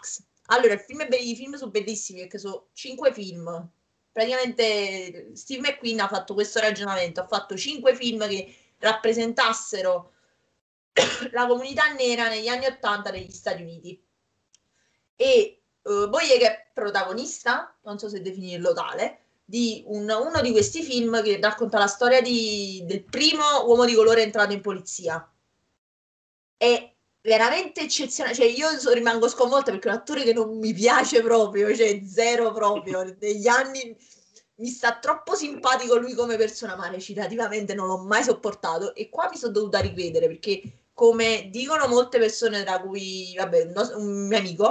Allora, i film sono bellissimi perché sono 5 film. Praticamente Steve McQueen ha fatto questo ragionamento, ha fatto 5 film che rappresentassero la comunità nera negli anni 80 negli Stati Uniti. E Boyega è protagonista, non so se definirlo tale, di uno di questi film che racconta la storia del primo uomo di colore entrato in polizia. È veramente eccezionale, cioè io rimango sconvolta perché è un attore che non mi piace proprio, cioè zero proprio, negli anni mi sta troppo simpatico lui come persona, ma recitativamente non l'ho mai sopportato e qua mi sono dovuta rivedere perché come dicono molte persone, tra cui vabbè, un mio amico,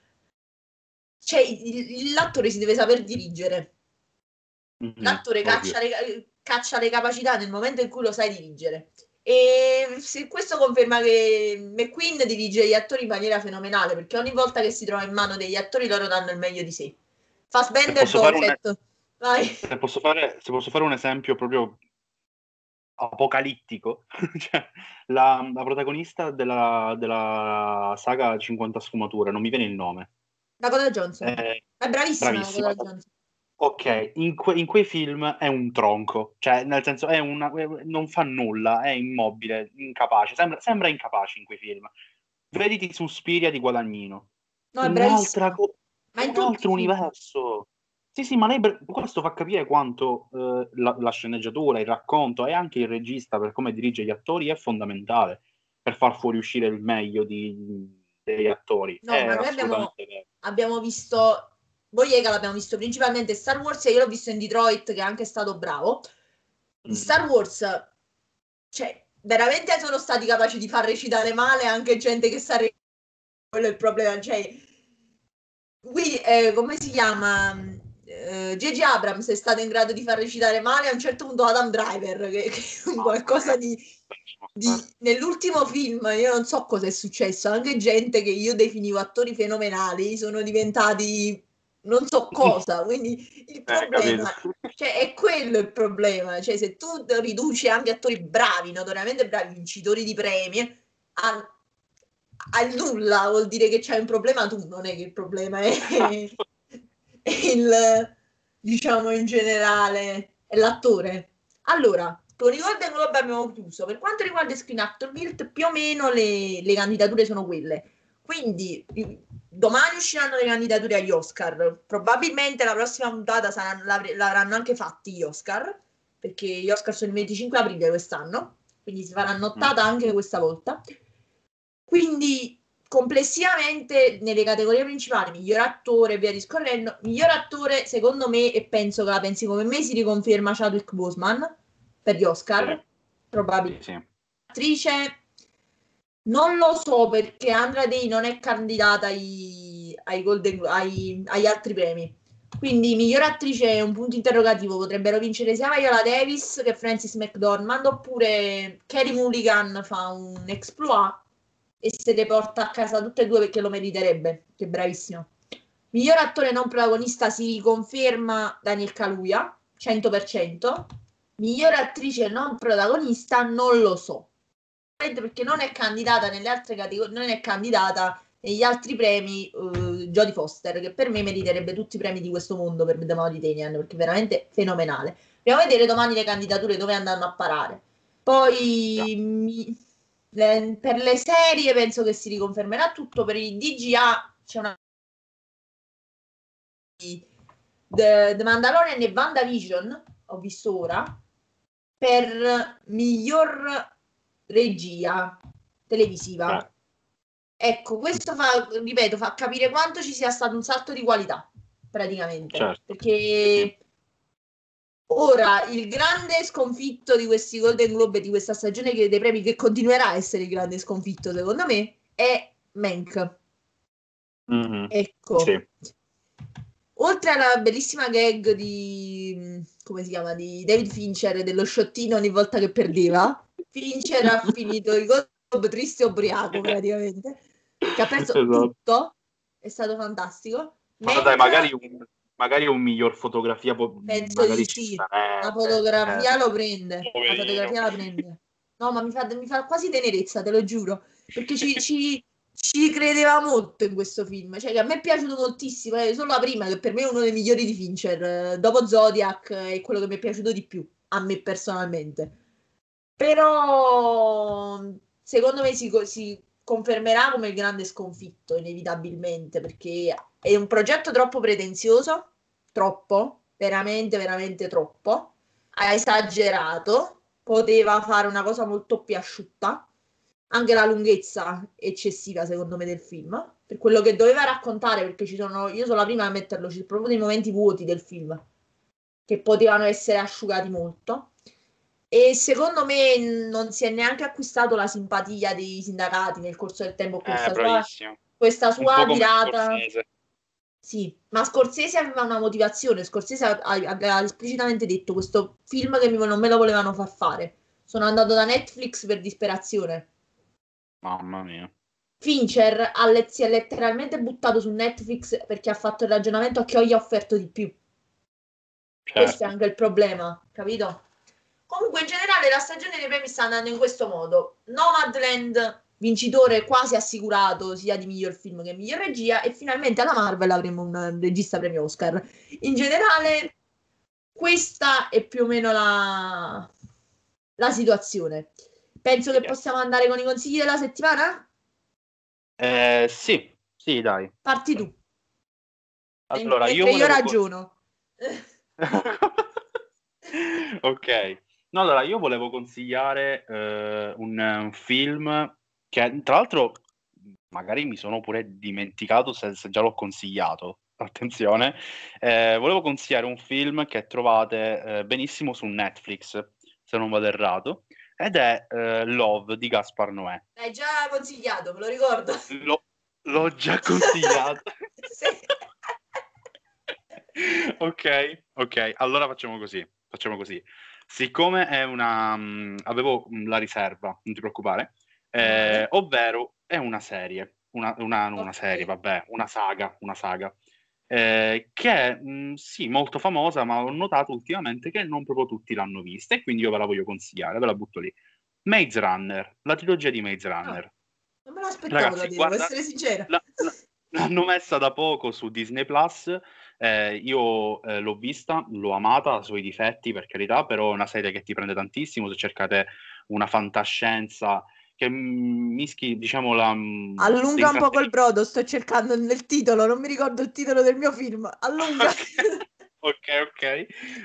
cioè l'attore si deve saper dirigere. L'attore caccia le capacità nel momento in cui lo sai dirigere. E se questo conferma che McQueen dirige gli attori in maniera fenomenale, perché ogni volta che si trova in mano degli attori loro danno il meglio di sé. Fassbender Dorset. Vai. Se posso fare un esempio proprio apocalittico, cioè, la protagonista della saga 50 sfumature, non mi viene il nome. Dakota Johnson. È bravissima Bravissima. Dakota Johnson. Ok, in quei film è un tronco, cioè nel senso non fa nulla, è immobile, incapace, sembra incapace in quei film. Vediti Suspiria di Guadagnino, No, è bravissima. Ma in un tutti i altro film. universo. Sì, ma questo fa capire quanto la sceneggiatura, il racconto e anche il regista, per come dirige gli attori, è fondamentale per far fuoriuscire il meglio degli attori. No, È ma noi assolutamente vero. abbiamo visto Boyega l'abbiamo visto principalmente Star Wars e io l'ho visto in Detroit che è anche stato bravo. In Star Wars, cioè, veramente sono stati capaci di far recitare male anche gente che sa recitare. Quello è il problema, cioè qui come si chiama? J.J. Abrams è stato in grado di far recitare male a un certo punto Adam Driver, che è un qualcosa nell'ultimo film, io non so cosa è successo, anche gente che io definivo attori fenomenali sono diventati non so cosa, quindi il problema, cioè è quello il problema, cioè se tu riduci anche attori bravi, notoriamente bravi, vincitori di premi, al nulla vuol dire che c'hai un problema tu, non è che il problema è il, diciamo in generale, è l'attore. Allora, con i Golden Globe abbiamo chiuso. Per quanto riguarda Screen Actor Guild, più o meno le candidature sono quelle. Quindi domani usciranno le candidature agli Oscar. Probabilmente la prossima puntata l'avranno anche fatti gli Oscar, perché gli Oscar sono il 25 aprile quest'anno, quindi si farà nottata anche questa volta. Quindi complessivamente nelle categorie principali, miglior attore e via discorrendo, miglior attore secondo me, e penso che la pensi come me, si riconferma Chadwick Boseman per gli Oscar, probabilmente. Sì. Attrice non lo so perché Andra Day non è candidata agli altri premi. Quindi miglior attrice è un punto interrogativo, potrebbero vincere sia Viola Davis che Frances McDormand, oppure Carey Mulligan fa un exploit e se le porta a casa tutte e due perché lo meriterebbe, che è bravissimo. Miglior attore non protagonista si riconferma Daniel Kaluuya, 100%. Miglior attrice non protagonista non lo so, perché non è candidata nelle altre categorie, non è candidata negli altri premi Jodie Foster, che per me meriterebbe tutti i premi di questo mondo per The Mauritanian, perché è veramente fenomenale. Andiamo a vedere domani le candidature dove andranno a parare. Poi per le serie penso che si riconfermerà tutto. Per il DGA c'è una The Mandalorian e WandaVision, ho visto ora, per miglior regia televisiva. Ecco, questo ripeto, fa capire quanto ci sia stato un salto di qualità, praticamente. Perché ora il grande sconfitto di questi Golden Globe e di questa stagione dei premi, che continuerà a essere il grande sconfitto secondo me, è Mank. Ecco. Sì. Oltre alla bellissima gag di come si chiama, di David Fincher dello sciottino ogni volta che perdeva, Fincher ha finito il Globe triste e ubriaco praticamente, che ha perso tutto, è stato fantastico. Ma dai, magari un miglior fotografia penso di sì, la fotografia lo prende, la fotografia la prende. No, ma mi fa quasi tenerezza, te lo giuro, perché ci ci credeva molto in questo film, cioè che a me è piaciuto moltissimo, solo la prima che per me è uno dei migliori di Fincher, dopo Zodiac è quello che mi è piaciuto di più, a me personalmente. Però secondo me si confermerà come il grande sconfitto, inevitabilmente, perché è un progetto troppo pretenzioso, troppo, veramente, veramente troppo, ha esagerato, poteva fare una cosa molto più asciutta, anche la lunghezza eccessiva secondo me del film, per quello che doveva raccontare, perché io sono la prima a metterlo, ci sono proprio dei momenti vuoti del film, che potevano essere asciugati molto. E secondo me non si è neanche acquistato la simpatia dei sindacati nel corso del tempo con Bravissimo. questa Un po' sua come virata. Scorsese. Sì, ma Scorsese aveva una motivazione. Scorsese aveva esplicitamente detto questo film che non me lo volevano far fare. Sono andato da Netflix per disperazione. Mamma mia. Fincher si è letteralmente buttato su Netflix perché ha fatto il ragionamento a chi ho gli ha offerto di più. Questo è Certo. anche il problema, capito? Comunque, in generale, la stagione dei premi sta andando in questo modo: Nomadland, vincitore quasi assicurato sia di miglior film che miglior regia, e finalmente alla Marvel avremo un regista premio Oscar. In generale, questa è più o meno la situazione. Penso che Yes. possiamo andare con i consigli della settimana? Sì, sì, dai. Parti tu, Allora, io mentre io volevo... ragiono. Ok. No, allora, io volevo consigliare un film che, tra l'altro, magari mi sono pure dimenticato se già l'ho consigliato. Attenzione. Volevo consigliare un film che trovate benissimo su Netflix, se non vado errato, ed è Love di Gaspar Noè. L'hai già consigliato, me lo ricordo. L'ho l'ho già consigliato. Sì. Ok, ok, allora facciamo così, facciamo così. Siccome è avevo la riserva, non ti preoccupare, Meno male. ovvero è una serie, una Ok. serie, vabbè, una saga, che è, sì, molto famosa, ma ho notato ultimamente che non proprio tutti l'hanno vista e quindi io ve la voglio consigliare, ve la butto lì. Maze Runner, la trilogia di Maze Ah, Runner. non me l'aspettavo da Ragazzi, te, devo guarda, essere sincera. l'hanno messa da poco su Disney Plus. Io l'ho vista, l'ho amata, ha suoi difetti per carità, però è una serie che ti prende tantissimo se cercate una fantascienza che mischi, diciamo, Allunga un po' col l'intrattenimento. brodo, sto cercando nel titolo, non mi ricordo il titolo del mio film. Allunga. Ok, ok.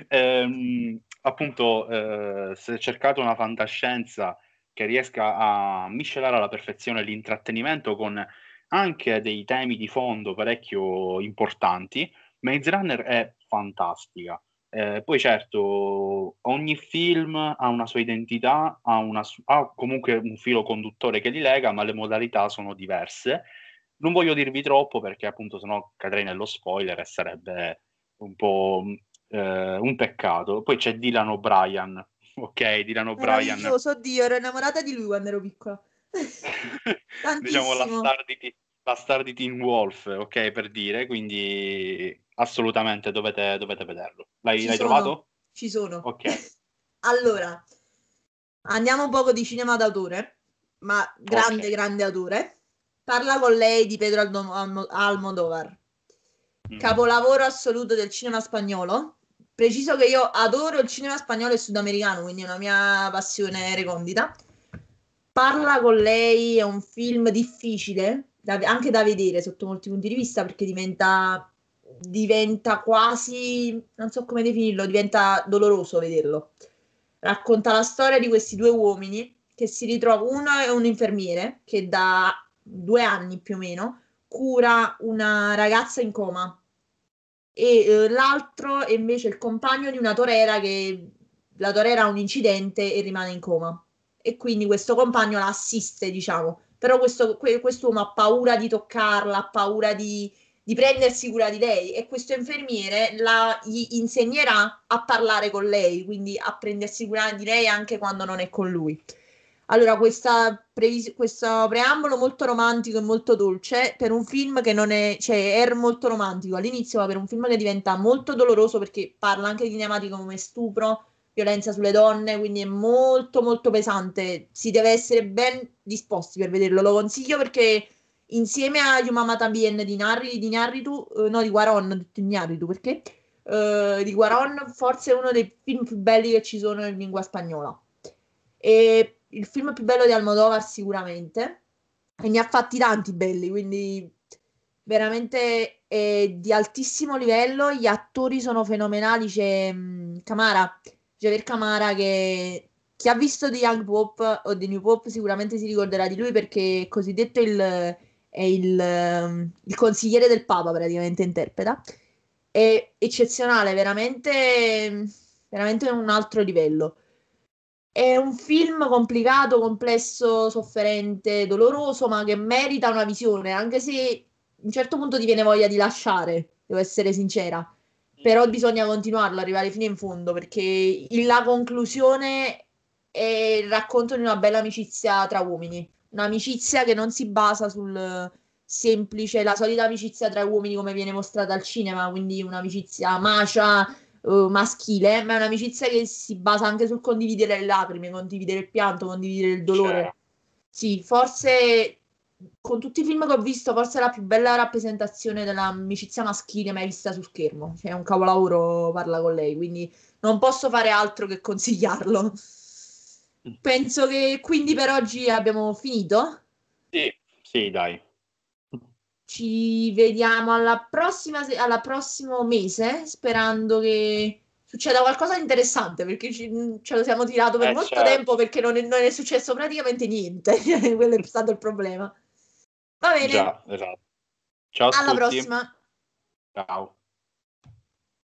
Appunto, se cercate una fantascienza che riesca a miscelare alla perfezione l'intrattenimento con anche dei temi di fondo parecchio importanti, Maze Runner è fantastica. Poi certo, ogni film ha una sua identità, ha comunque un filo conduttore che li lega, ma le modalità sono diverse. Non voglio dirvi troppo perché appunto sennò cadrei nello spoiler e sarebbe un po' un peccato. Poi c'è Dylan O'Brien, ok? Dylan O'Brien, Meraviglioso, oddio, ero innamorata di lui quando ero piccola. diciamo Tantissimo. la star di Teen Wolf, ok? Per dire, quindi assolutamente dovete vederlo. Ci L'hai sono, trovato? ci sono. Ok, Allora, andiamo un poco di cinema d'autore, ma ok. grande, grande autore. Parla con lei di Pedro Almodóvar, Mhm. capolavoro assoluto del cinema spagnolo. Preciso che io adoro il cinema spagnolo e sudamericano, quindi è una mia passione recondita. Parla con lei è un film difficile, anche da vedere sotto molti punti di vista, perché diventa quasi, non so come definirlo, diventa doloroso vederlo. Racconta la storia di questi due uomini che si ritrovano, uno è un infermiere che da 2 anni più o meno cura una ragazza in coma e l'altro è invece il compagno di una torera che la torera ha un incidente e rimane in coma e quindi questo compagno la assiste, diciamo, però quest'uomo ha paura di toccarla, ha paura di prendersi cura di lei e questo infermiere gli insegnerà a parlare con lei, quindi a prendersi cura di lei anche quando non è con lui. Allora, questo preambolo molto romantico e molto dolce per un film che non è, cioè, è molto romantico all'inizio, ma per un film che diventa molto doloroso perché parla anche di tematiche come stupro, violenza sulle donne, quindi è molto molto pesante. Si deve essere ben disposti per vederlo. Lo consiglio perché insieme a Yumamata Bien di Iñárritu, no, di Cuarón, ho detto Iñárritu, perché? Di Cuarón, forse è uno dei film più belli che ci sono in lingua spagnola. E il film più bello di Almodovar sicuramente, e ne ha fatti tanti belli, quindi veramente è di altissimo livello, gli attori sono fenomenali, c'è Camara, Javier Camara, che chi ha visto The Young Pope o The New Pope sicuramente si ricorderà di lui, perché è cosiddetto il consigliere del Papa, praticamente interpreta. È eccezionale, veramente un altro livello. È un film complicato, complesso, sofferente, doloroso, ma che merita una visione, anche se a un certo punto ti viene voglia di lasciare, devo essere sincera. Però bisogna continuarlo, arrivare fino in fondo, perché la conclusione è il racconto di una bella amicizia tra uomini. Un'amicizia che non si basa sul semplice, la solita amicizia tra uomini come viene mostrata al cinema, quindi un'amicizia macia, maschile, ma è un'amicizia che si basa anche sul condividere le lacrime, condividere il pianto, condividere il dolore. Certo. Sì, forse con tutti i film che ho visto, forse è la più bella rappresentazione dell'amicizia maschile mai vista su schermo. Cioè, è un capolavoro parla con lei, quindi non posso fare altro che consigliarlo. Penso che quindi per oggi abbiamo finito. Sì, sì, dai. Ci vediamo alla prossimo mese, sperando che succeda qualcosa di interessante, perché ce lo siamo tirato per molto tempo Certo. perché non è successo praticamente niente. Quello è stato il problema. Va bene, Già, esatto. Ciao a alla tutti. prossima. Ciao.